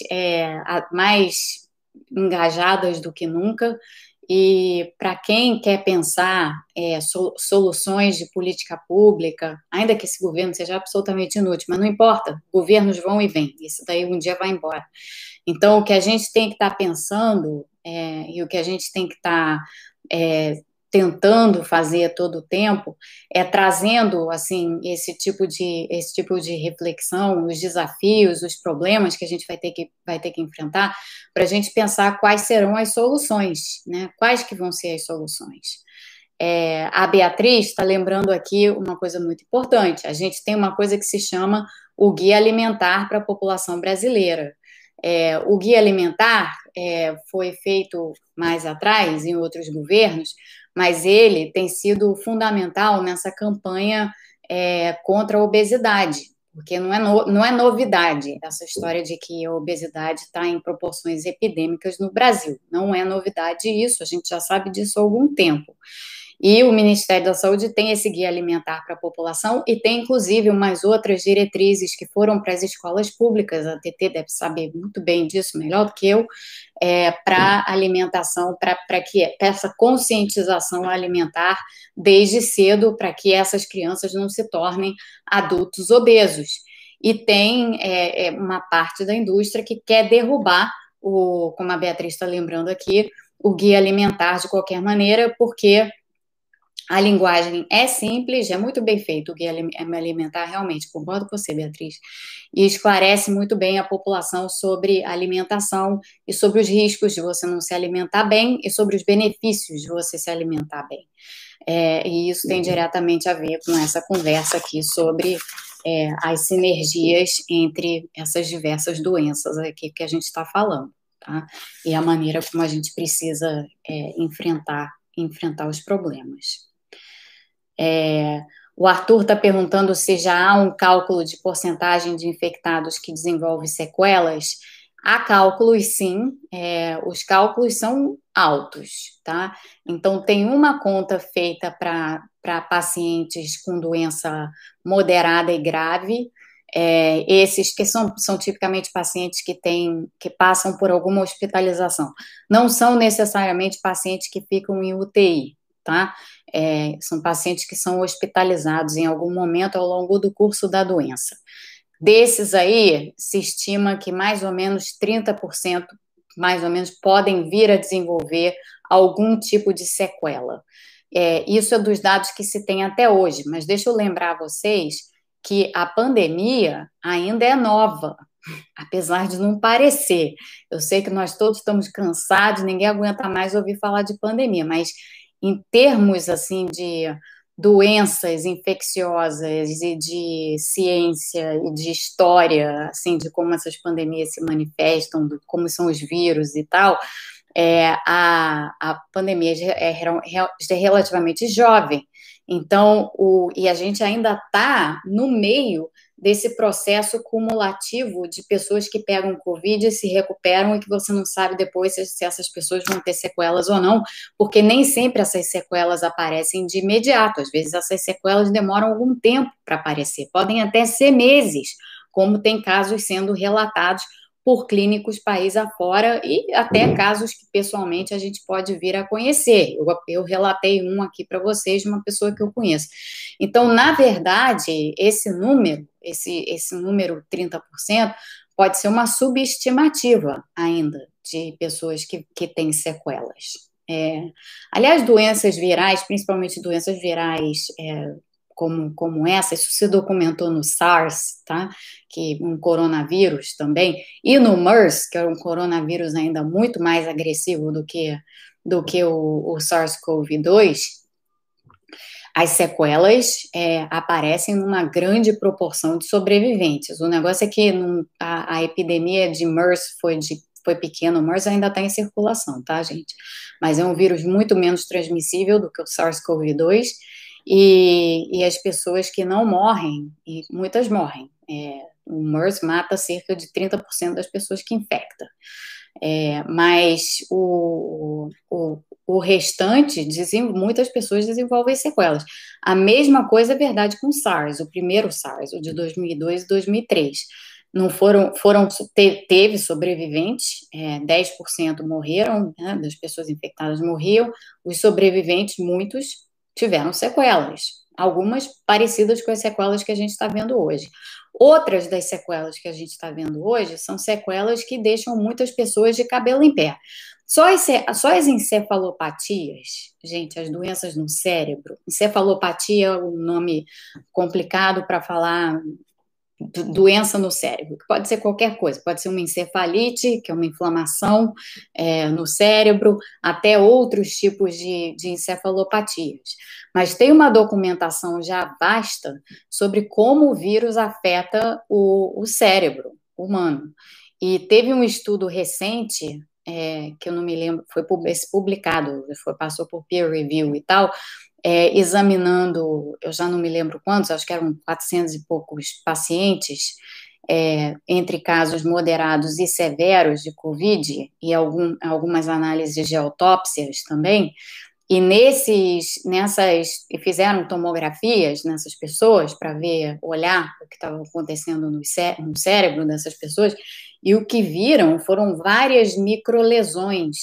engajadas do que nunca. E para quem quer pensar soluções de política pública, ainda que esse governo seja absolutamente inútil, mas não importa, governos vão e vêm, isso daí um dia vai embora. Então, o que a gente tem que estar pensando e o que a gente tem que estar tentando fazer a todo o tempo trazendo assim esse tipo de reflexão, os desafios, os problemas que a gente vai ter que enfrentar, para a gente pensar quais serão as soluções, né? Quais que vão ser as soluções. A Beatriz está lembrando aqui uma coisa muito importante. A gente tem uma coisa que se chama o Guia Alimentar para a População Brasileira. O Guia Alimentar foi feito mais atrás, em outros governos, mas ele tem sido fundamental nessa campanha contra a obesidade, porque não é novidade essa história de que a obesidade está em proporções epidêmicas no Brasil. Não é novidade isso, a gente já sabe disso há algum tempo. E o Ministério da Saúde tem esse guia alimentar para a população e tem, inclusive, umas outras diretrizes que foram para as escolas públicas, a TT deve saber muito bem disso, melhor do que eu, para alimentação, para essa conscientização alimentar desde cedo, para que essas crianças não se tornem adultos obesos. E tem uma parte da indústria que quer derrubar, como a Beatriz está lembrando aqui, o guia alimentar de qualquer maneira, porque a linguagem é simples, é muito bem feito o guia alimentar, realmente, concordo com você, Beatriz, e esclarece muito bem a população sobre alimentação e sobre os riscos de você não se alimentar bem e sobre os benefícios de você se alimentar bem. E isso tem diretamente a ver com essa conversa aqui sobre as sinergias entre essas diversas doenças aqui que a gente está falando, tá? E a maneira como a gente precisa enfrentar os problemas. O Arthur está perguntando se já há um cálculo de porcentagem de infectados que desenvolve sequelas. Há cálculos, sim, os cálculos são altos, tá? Então, tem uma conta feita para pacientes com doença moderada e grave, esses que são tipicamente pacientes que passam por alguma hospitalização. Não são necessariamente pacientes que ficam em UTI, tá? São pacientes que são hospitalizados em algum momento ao longo do curso da doença. Desses aí, se estima que mais ou menos 30%, mais ou menos, podem vir a desenvolver algum tipo de sequela. Isso é dos dados que se tem até hoje, mas deixa eu lembrar a vocês que a pandemia ainda é nova. apesar de não parecer. Eu sei que nós todos estamos cansados, ninguém aguenta mais ouvir falar de pandemia, mas em termos assim de doenças infecciosas e de ciência e de história, assim, de como essas pandemias se manifestam, de como são os vírus e tal, a pandemia é relativamente jovem. Então, e a gente ainda está no meio desse processo cumulativo de pessoas que pegam Covid e se recuperam e que você não sabe depois se essas pessoas vão ter sequelas ou não, porque nem sempre essas sequelas aparecem de imediato. Às vezes essas sequelas demoram algum tempo para aparecer, podem até ser meses, como tem casos sendo relatados por clínicos país afora e até casos que pessoalmente a gente pode vir a conhecer. Eu relatei um aqui para vocês de uma pessoa que eu conheço. Então, na verdade, esse número 30%, pode ser uma subestimativa ainda de pessoas que têm sequelas. Aliás, doenças virais, principalmente doenças virais como essa, isso se documentou no SARS, tá? Que um coronavírus também, e no MERS, que é um coronavírus ainda muito mais agressivo do que o SARS-CoV-2, as sequelas aparecem numa grande proporção de sobreviventes. O negócio é que a epidemia de MERS foi pequena, o MERS ainda está em circulação, tá, gente? Mas é um vírus muito menos transmissível do que o SARS-CoV-2, e as pessoas que não morrem, e muitas morrem. O MERS mata cerca de 30% das pessoas que infecta. Mas o restante, muitas pessoas desenvolvem sequelas. A mesma coisa é verdade com o SARS, o primeiro SARS, o de 2002 e 2003. Não teve sobreviventes, 10% morreram, né, das pessoas infectadas morriam, os sobreviventes, muitos, tiveram sequelas, algumas parecidas com as sequelas que a gente está vendo hoje. Outras das sequelas que a gente está vendo hoje são sequelas que deixam muitas pessoas de cabelo em pé. Só as encefalopatias, gente, as doenças no cérebro, encefalopatia é um nome complicado para falar doença no cérebro, que pode ser qualquer coisa, pode ser uma encefalite, que é uma inflamação no cérebro, até outros tipos de encefalopatias. Mas tem uma documentação já vasta sobre como o vírus afeta o cérebro humano. E teve um estudo recente, que eu não me lembro, foi publicado, passou por peer review e tal, examinando, eu já não me lembro quantos, acho que eram 400 e poucos pacientes, entre casos moderados e severos de Covid, e algumas análises de autópsias também, e fizeram tomografias nessas pessoas para olhar o que estava acontecendo no cérebro dessas pessoas, e o que viram foram várias microlesões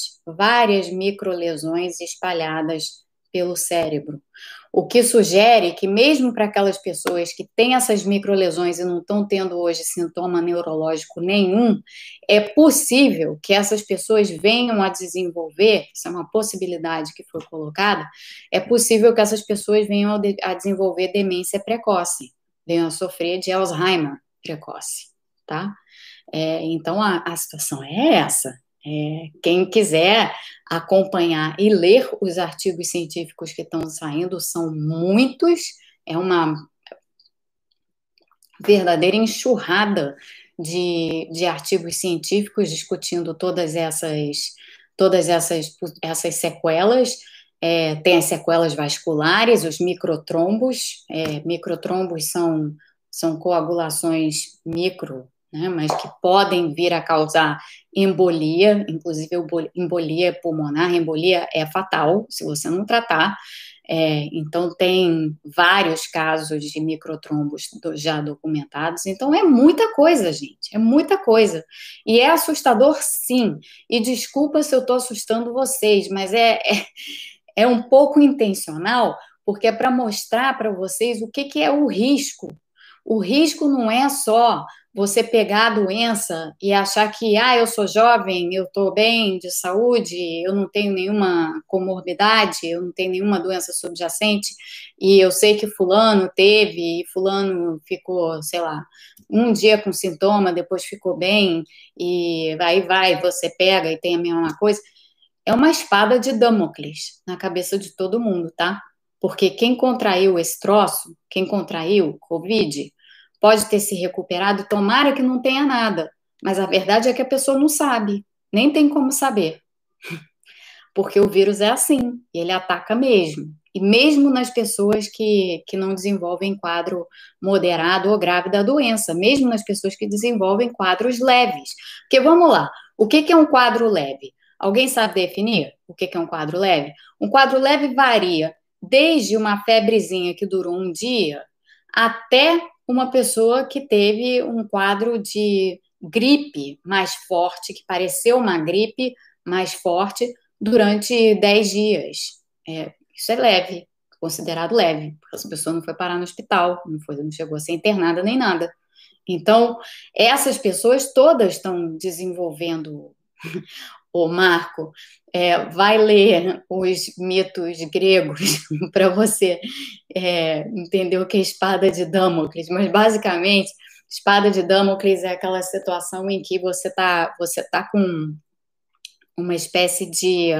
espalhadas pelo cérebro. O que sugere que mesmo para aquelas pessoas que têm essas microlesões e não estão tendo hoje sintoma neurológico nenhum, é possível que essas pessoas venham a desenvolver, isso é uma possibilidade que foi colocada, é possível que essas pessoas venham a desenvolver demência precoce, venham a sofrer de Alzheimer precoce, tá? Então, a situação é essa. Quem quiser acompanhar e ler os artigos científicos que estão saindo, são muitos, é uma verdadeira enxurrada de artigos científicos discutindo todas essas sequelas. Tem as sequelas vasculares, os microtrombos. Microtrombos são coagulações micro, né, mas que podem vir a causar embolia, inclusive embolia pulmonar. Embolia é fatal se você não tratar. Então, tem vários casos de microtrombos já documentados. Então, é muita coisa, gente, é muita coisa. E é assustador, sim. E desculpa se eu estou assustando vocês, mas é um pouco intencional, porque é para mostrar para vocês o que é o risco. O risco não é só você pegar a doença e achar que, eu sou jovem, eu estou bem de saúde, eu não tenho nenhuma comorbidade, eu não tenho nenhuma doença subjacente, e eu sei que fulano teve, e fulano ficou, sei lá, um dia com sintoma, depois ficou bem, e aí vai, você pega e tem a mesma coisa. É uma espada de Damocles na cabeça de todo mundo, tá? Porque quem contraiu esse troço, quem contraiu Covid, pode ter se recuperado e tomara que não tenha nada. Mas a verdade é que a pessoa não sabe, nem tem como saber. Porque o vírus é assim, ele ataca mesmo. E mesmo nas pessoas que não desenvolvem quadro moderado ou grave da doença, mesmo nas pessoas que desenvolvem quadros leves. Porque vamos lá, o que é um quadro leve? Alguém sabe definir o que é um quadro leve? Um quadro leve varia desde uma febrezinha que durou um dia até uma pessoa que teve um quadro de gripe mais forte, que pareceu uma gripe mais forte durante 10 dias. Isso é leve, considerado leve, porque essa pessoa não foi parar no hospital, não chegou a ser internada nem nada. Então, essas pessoas todas estão desenvolvendo. O Marco, vai ler os mitos gregos para você entender o que é espada de Damocles, mas basicamente, espada de Damocles é aquela situação em que você tá com uma espécie de,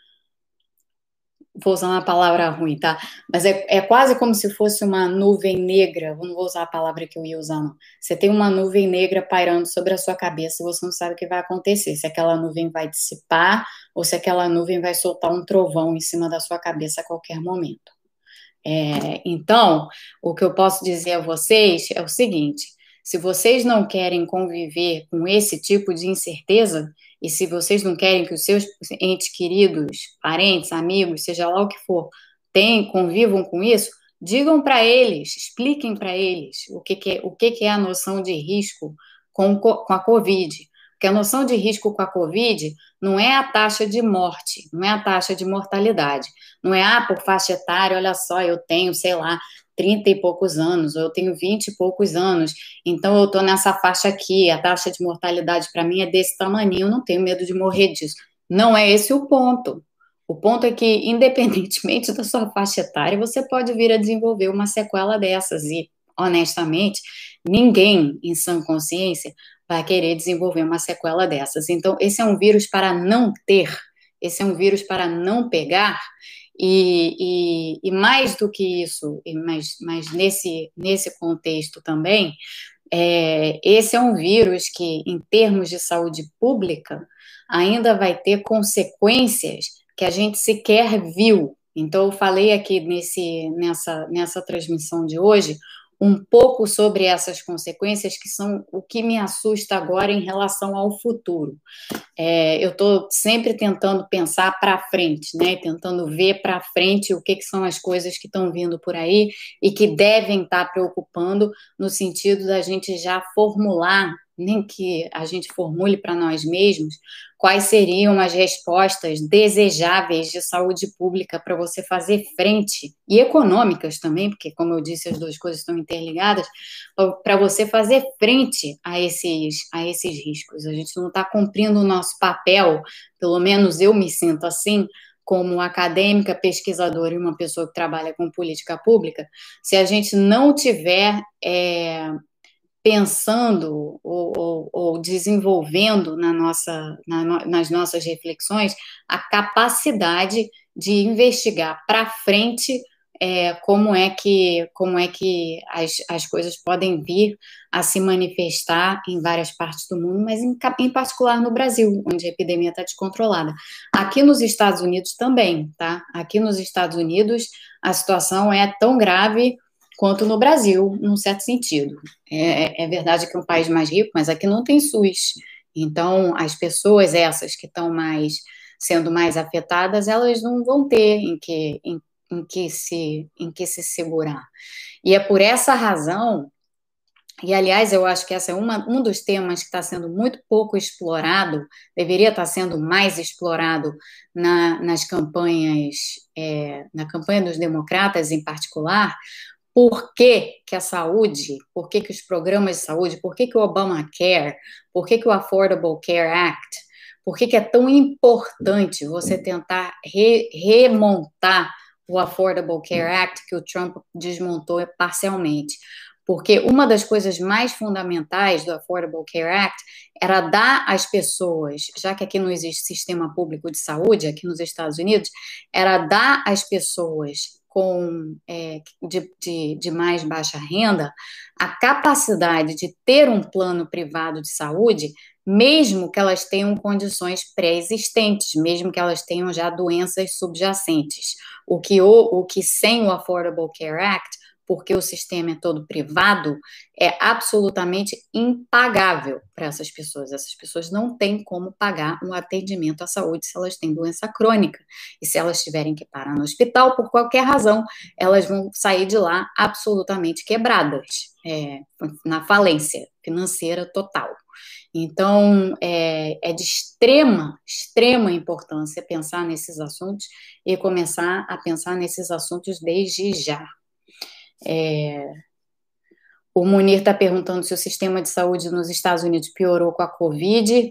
vou usar uma palavra ruim, tá? Mas é quase como se fosse uma nuvem negra. Eu não vou usar a palavra que eu ia usar, não. Você tem uma nuvem negra pairando sobre a sua cabeça e você não sabe o que vai acontecer. Se aquela nuvem vai dissipar ou se aquela nuvem vai soltar um trovão em cima da sua cabeça a qualquer momento. Então, o que eu posso dizer a vocês é o seguinte: se vocês não querem conviver com esse tipo de incerteza, e se vocês não querem que os seus entes queridos, parentes, amigos, seja lá o que for, convivam com isso, digam para eles, expliquem para eles o que é a noção de risco com a Covid. Porque a noção de risco com a Covid não é a taxa de morte, não é a taxa de mortalidade. Não é, por faixa etária, olha só, eu tenho, sei lá, 30 e poucos anos, ou eu tenho 20 e poucos anos, então eu estou nessa faixa aqui, a taxa de mortalidade para mim é desse tamanho, eu não tenho medo de morrer disso. Não é esse o ponto. O ponto é que, independentemente da sua faixa etária, você pode vir a desenvolver uma sequela dessas, e, honestamente, ninguém em sã consciência vai querer desenvolver uma sequela dessas. Então, esse é um vírus para não ter, esse é um vírus para não pegar, e mais do que isso, mas nesse contexto também, esse é um vírus que, em termos de saúde pública, ainda vai ter consequências que a gente sequer viu. Então, eu falei aqui nessa transmissão de hoje um pouco sobre essas consequências, que são o que me assusta agora em relação ao futuro. Eu estou sempre tentando pensar para frente, né? Tentando ver para frente o que são as coisas que estão vindo por aí e que devem estar preocupando, no sentido da gente já formular, nem que a gente formule para nós mesmos, quais seriam as respostas desejáveis de saúde pública para você fazer frente, e econômicas também, porque, como eu disse, as duas coisas estão interligadas, para você fazer frente a esses riscos. A gente não está cumprindo o nosso papel, pelo menos eu me sinto assim, como acadêmica, pesquisadora e uma pessoa que trabalha com política pública, se a gente não tiver pensando ou desenvolvendo nas nossas reflexões a capacidade de investigar para frente como é que as coisas podem vir a se manifestar em várias partes do mundo, mas em particular no Brasil, onde a epidemia está descontrolada. Aqui nos Estados Unidos também, tá? Aqui nos Estados Unidos a situação é tão grave quanto no Brasil, num certo sentido. É verdade que é um país mais rico, mas aqui não tem SUS. Então, as pessoas essas que estão sendo mais afetadas, elas não vão ter em que se segurar. E é por essa razão, e aliás, eu acho que esse é um dos temas que está sendo muito pouco explorado, deveria estar sendo mais explorado nas campanhas, na campanha dos democratas em particular, por que a saúde, por que os programas de saúde, por que o Obamacare, por que o Affordable Care Act, por que é tão importante você tentar remontar o Affordable Care Act que o Trump desmontou parcialmente. Porque uma das coisas mais fundamentais do Affordable Care Act era dar às pessoas, já que aqui não existe sistema público de saúde, aqui nos Estados Unidos, era dar às pessoas de mais baixa renda a capacidade de ter um plano privado de saúde, mesmo que elas tenham condições pré-existentes, mesmo que elas tenham já doenças subjacentes. O que sem o Affordable Care Act, porque o sistema é todo privado, é absolutamente impagável para essas pessoas. Essas pessoas não têm como pagar um atendimento à saúde se elas têm doença crônica. E se elas tiverem que parar no hospital, por qualquer razão, elas vão sair de lá absolutamente quebradas, na falência financeira total. Então, é de extrema importância pensar nesses assuntos e começar a pensar nesses assuntos desde já. O Munir está perguntando se o sistema de saúde nos Estados Unidos piorou com a Covid.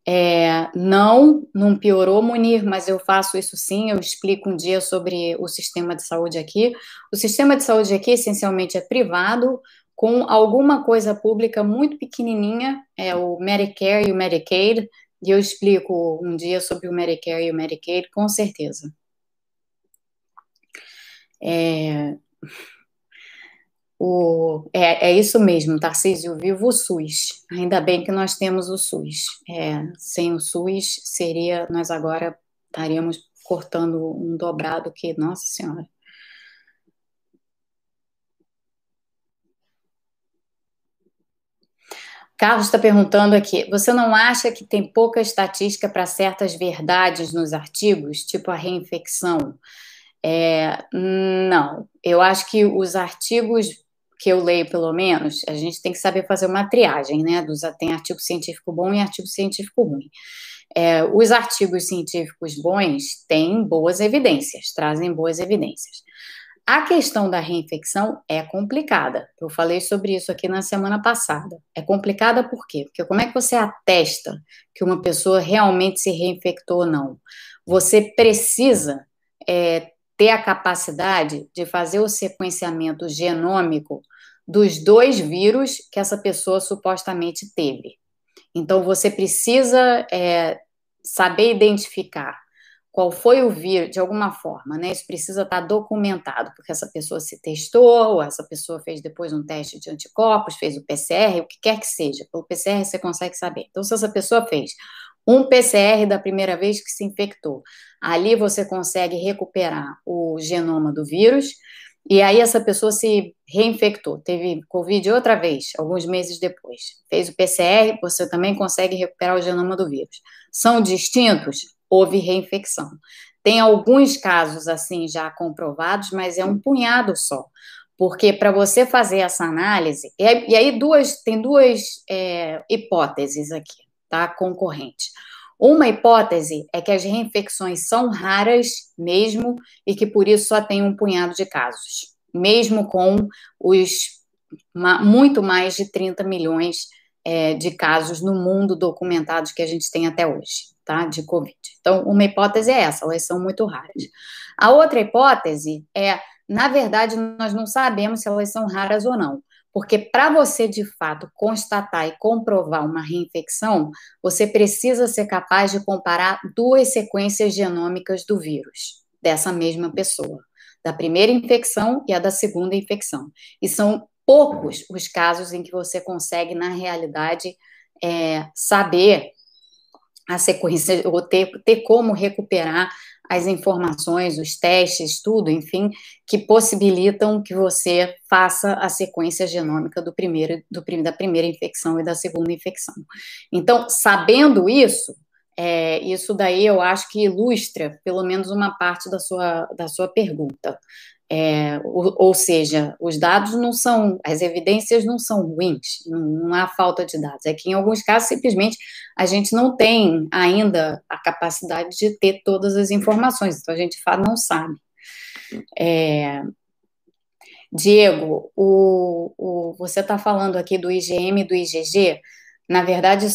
Não piorou, Munir, mas eu faço isso sim, eu explico um dia sobre o sistema de saúde aqui. O sistema de saúde aqui, essencialmente, é privado, com alguma coisa pública muito pequenininha, o Medicare e o Medicaid, e eu explico um dia sobre o Medicare e o Medicaid, com certeza. É isso mesmo, Tarcísio, viva o SUS. Ainda bem que nós temos o SUS. Sem o SUS, nós agora estaríamos cortando um dobrado que, nossa senhora. Carlos está perguntando aqui, você não acha que tem pouca estatística para certas verdades nos artigos, tipo a reinfecção? Não, eu acho que os artigos que eu leio, pelo menos, a gente tem que saber fazer uma triagem, né? Tem artigo científico bom e artigo científico ruim. Os artigos científicos bons têm boas evidências, trazem boas evidências. A questão da reinfecção é complicada. Eu falei sobre isso aqui na semana passada. É complicada por quê? Porque como é que você atesta que uma pessoa realmente se reinfectou ou não? Você precisa ter a capacidade de fazer o sequenciamento genômico dos 2 vírus que essa pessoa supostamente teve. Então, você precisa saber identificar qual foi o vírus, de alguma forma, né? Isso precisa estar documentado, porque essa pessoa se testou, ou essa pessoa fez depois um teste de anticorpos, fez o PCR, o que quer que seja. Pelo PCR você consegue saber. Então, se essa pessoa fez um PCR da primeira vez que se infectou, ali você consegue recuperar o genoma do vírus, e aí essa pessoa se reinfectou, teve Covid outra vez, alguns meses depois. Fez o PCR, você também consegue recuperar o genoma do vírus. São distintos? Houve reinfecção. Tem alguns casos assim já comprovados, mas é um punhado só. Porque para você fazer essa análise, e aí tem duas hipóteses aqui, tá? Concorrentes. Uma hipótese é que as reinfecções são raras mesmo e que por isso só tem um punhado de casos, mesmo com muito mais de 30 milhões de casos no mundo documentados que a gente tem até hoje, tá? De Covid. Então, uma hipótese é essa, elas são muito raras. A outra hipótese na verdade, nós não sabemos se elas são raras ou não. Porque para você, de fato, constatar e comprovar uma reinfecção, você precisa ser capaz de comparar 2 sequências genômicas do vírus, dessa mesma pessoa, da primeira infecção e a da segunda infecção. E são poucos os casos em que você consegue, na realidade, saber a sequência, ou ter como recuperar as informações, os testes, tudo, enfim, que possibilitam que você faça a sequência genômica da primeira infecção e da segunda infecção. Então, sabendo isso, isso daí eu acho que ilustra pelo menos uma parte da sua pergunta. Ou seja, os dados não são, as evidências não são ruins, não há falta de dados. É que em alguns casos, simplesmente, a gente não tem ainda a capacidade de ter todas as informações, então a gente não sabe. Diego, você está falando aqui do IgM e do IgG, na verdade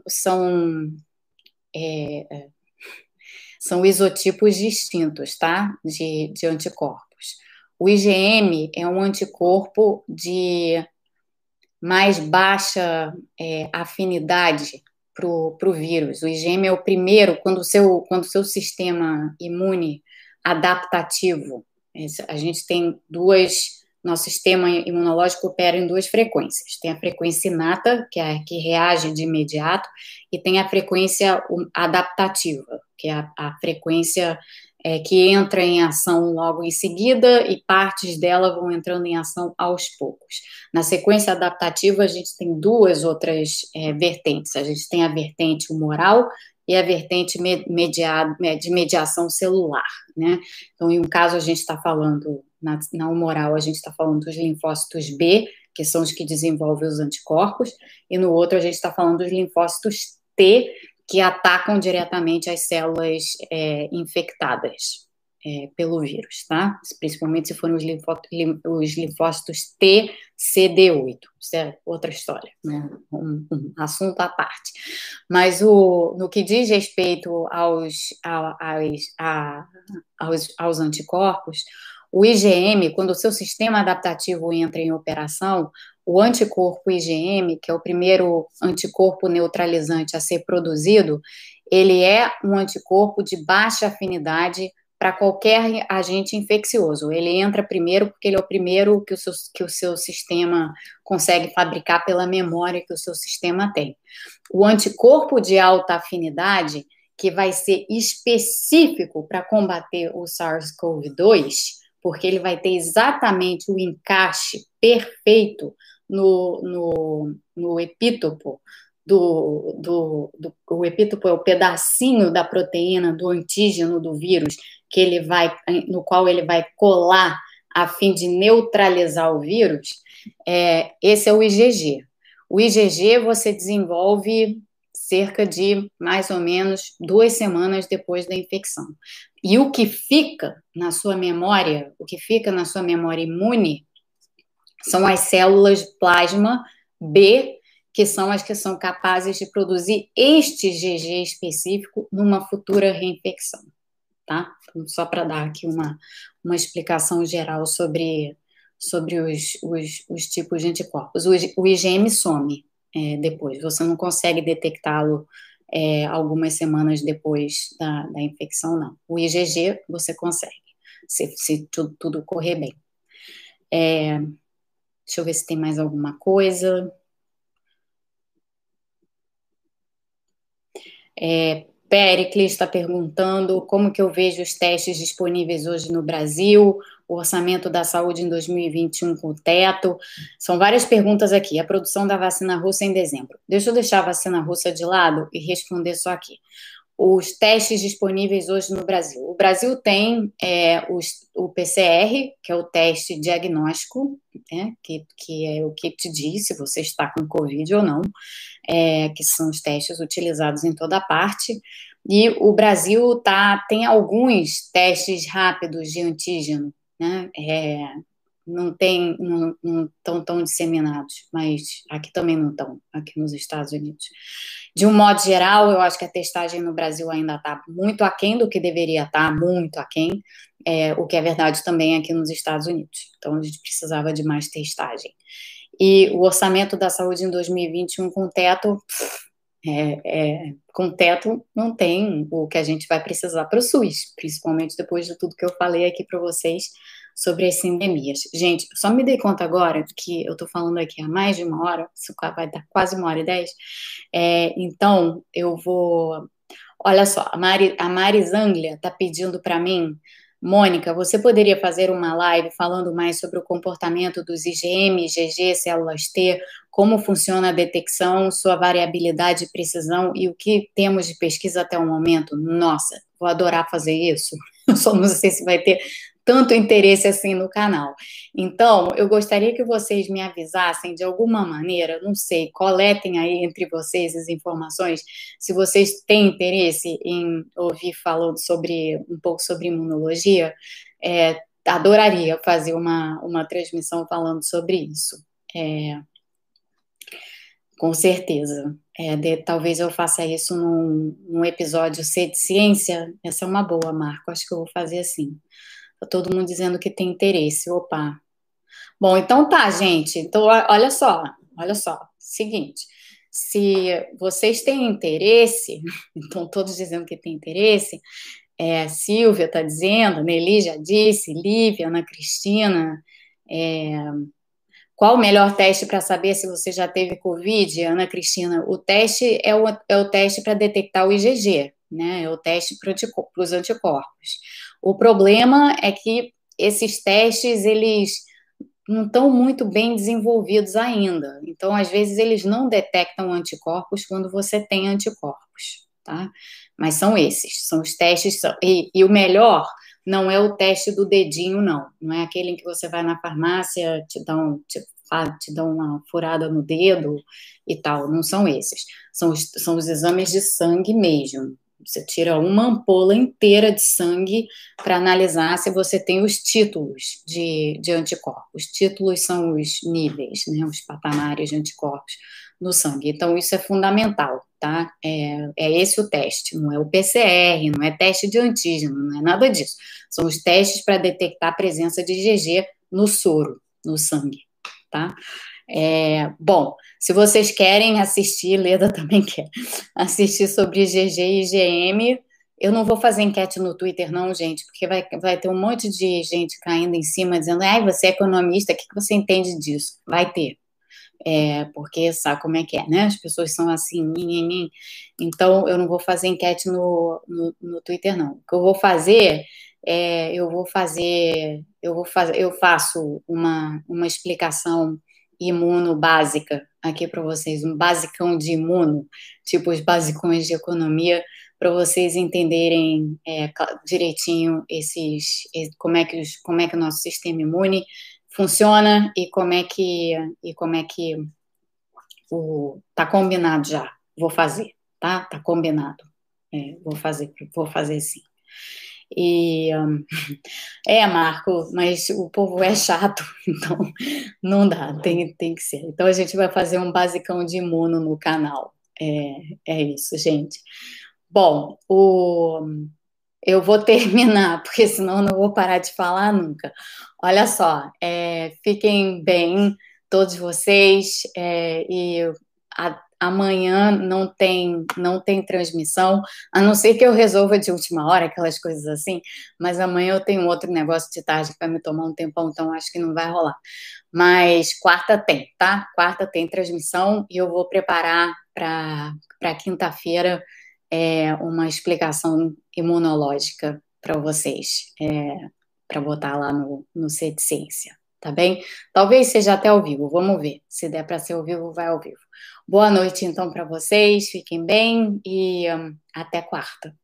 são isotipos distintos, tá? De anticorpos. O IgM é um anticorpo de mais baixa afinidade para o vírus. O IgM é o primeiro, quando o seu sistema imune adaptativo, a gente tem nosso sistema imunológico opera em duas frequências. Tem a frequência inata, que é a que reage de imediato, e tem a frequência adaptativa, que é a frequência que entra em ação logo em seguida e partes dela vão entrando em ação aos poucos. Na sequência adaptativa, a gente tem duas outras vertentes. A gente tem a vertente humoral e a vertente de mediação celular, né? Então, em um caso, a gente está falando, na humoral, a gente está falando dos linfócitos B, que são os que desenvolvem os anticorpos, e no outro, a gente está falando dos linfócitos T, que atacam diretamente as células infectadas pelo vírus, tá? Principalmente se forem os linfócitos T, CD8. Isso é outra história, né? Um assunto à parte. Mas no que diz respeito aos anticorpos, o IgM, quando o seu sistema adaptativo entra em operação, o anticorpo IgM, que é o primeiro anticorpo neutralizante a ser produzido, ele é um anticorpo de baixa afinidade para qualquer agente infeccioso. Ele entra primeiro porque ele é o primeiro que o seu sistema consegue fabricar pela memória que o seu sistema tem. O anticorpo de alta afinidade, que vai ser específico para combater o SARS-CoV-2, porque ele vai ter exatamente o encaixe perfeito no epítopo o epítopo é o pedacinho da proteína do antígeno do vírus no qual ele vai colar a fim de neutralizar o vírus. Esse é o IgG. O IgG você desenvolve cerca de mais ou menos 2 semanas depois da infecção. E o que fica na sua memória imune, são as células plasma B, que são as que são capazes de produzir este IgG específico numa futura reinfecção, tá? Então, só para dar aqui uma explicação geral sobre os tipos de anticorpos. O IgM some depois, você não consegue detectá-lo algumas semanas depois da infecção, não. O IgG você consegue, se tudo correr bem. Deixa eu ver se tem mais alguma coisa. Pericles está perguntando como que eu vejo os testes disponíveis hoje no Brasil, o orçamento da saúde em 2021 com o teto. São várias perguntas aqui. A produção da vacina russa em dezembro. Deixa eu deixar a vacina russa de lado e responder só aqui. Os testes disponíveis hoje no Brasil. O Brasil tem o PCR, que é o teste diagnóstico, né, que é o que te diz se você está com Covid ou não, que são os testes utilizados em toda parte. E o Brasil tem alguns testes rápidos de antígeno, né? Não estão tão disseminados, mas aqui também não estão, aqui nos Estados Unidos. De um modo geral, eu acho que a testagem no Brasil ainda está muito aquém do que deveria estar, muito aquém, o que é verdade também aqui nos Estados Unidos. Então, a gente precisava de mais testagem. E o orçamento da saúde em 2021 com teto, com teto não tem o que a gente vai precisar para o SUS, principalmente depois de tudo que eu falei aqui para vocês sobre as endemias. Gente, só me dei conta agora que eu estou falando aqui há mais de 1 hora, isso vai dar quase 1h10, então eu vou... Olha só, a Mari Zanglia está pedindo para mim, Mônica, você poderia fazer uma live falando mais sobre o comportamento dos IgM, IgG, células T, como funciona a detecção, sua variabilidade e precisão e o que temos de pesquisa até o momento? Nossa, vou adorar fazer isso. Eu só não sei se vai ter tanto interesse assim no canal. Então, eu gostaria que vocês me avisassem de alguma maneira, não sei, coletem aí entre vocês as informações, se vocês têm interesse em ouvir falando um pouco sobre imunologia, adoraria fazer uma transmissão falando sobre isso. Com certeza. Talvez eu faça isso num episódio C de Ciência. Essa é uma boa, Marco. Acho que eu vou fazer assim. Tá todo mundo dizendo que tem interesse. Opa. Bom, então tá, gente. Então, olha só. Seguinte, se vocês têm interesse, então todos dizendo que tem interesse, Silvia está dizendo, Nelly já disse, Lívia, Ana Cristina, qual o melhor teste para saber se você já teve Covid, Ana Cristina? O teste é o teste para detectar o IgG, né? É o teste para os anticorpos. O problema é que esses testes, eles não estão muito bem desenvolvidos ainda. Então, às vezes, eles não detectam anticorpos quando você tem anticorpos, tá? Mas são esses, são os testes. E o melhor não é o teste do dedinho, não. Não é aquele em que você vai na farmácia, te dão uma furada no dedo e tal. Não são esses. São os exames de sangue mesmo. Você tira uma ampola inteira de sangue para analisar se você tem os títulos de anticorpos. Os títulos são os níveis, né, os patamares de anticorpos no sangue. Então, isso é fundamental, tá? É esse o teste, não é o PCR, não é teste de antígeno, não é nada disso. São os testes para detectar a presença de IgG no soro, no sangue, tá? Bom, se vocês querem assistir, Leda também quer assistir sobre IgG e IgM, eu não vou fazer enquete no Twitter, não, gente, porque vai ter um monte de gente caindo em cima, dizendo, ai, você é economista, o que você entende disso? Vai ter. Porque sabe como é que é, né? As pessoas são assim, então eu não vou fazer enquete no Twitter, não. O que eu vou fazer eu faço uma explicação imuno básica aqui para vocês, um basicão de imuno, tipo os basicões de economia, para vocês entenderem direitinho como é que o nosso sistema imune funciona e como é que tá combinado já. Vou fazer, tá? Tá combinado. Vou fazer sim. E Marco, mas o povo é chato, então não dá, tem que ser. Então a gente vai fazer um basicão de imuno no canal. É isso, gente. Bom, eu vou terminar, porque senão eu não vou parar de falar nunca. Olha só, fiquem bem, todos vocês, e amanhã não tem transmissão, a não ser que eu resolva de última hora, aquelas coisas assim, mas amanhã eu tenho outro negócio de tarde que vai me tomar um tempão, então acho que não vai rolar. Mas quarta tem, tá? Quarta tem transmissão e eu vou preparar para quinta-feira uma explicação imunológica para vocês, para botar lá no C de Ciência, tá bem? Talvez seja até ao vivo, vamos ver. Se der para ser ao vivo, vai ao vivo. Boa noite, então, para vocês, fiquem bem e até quarta.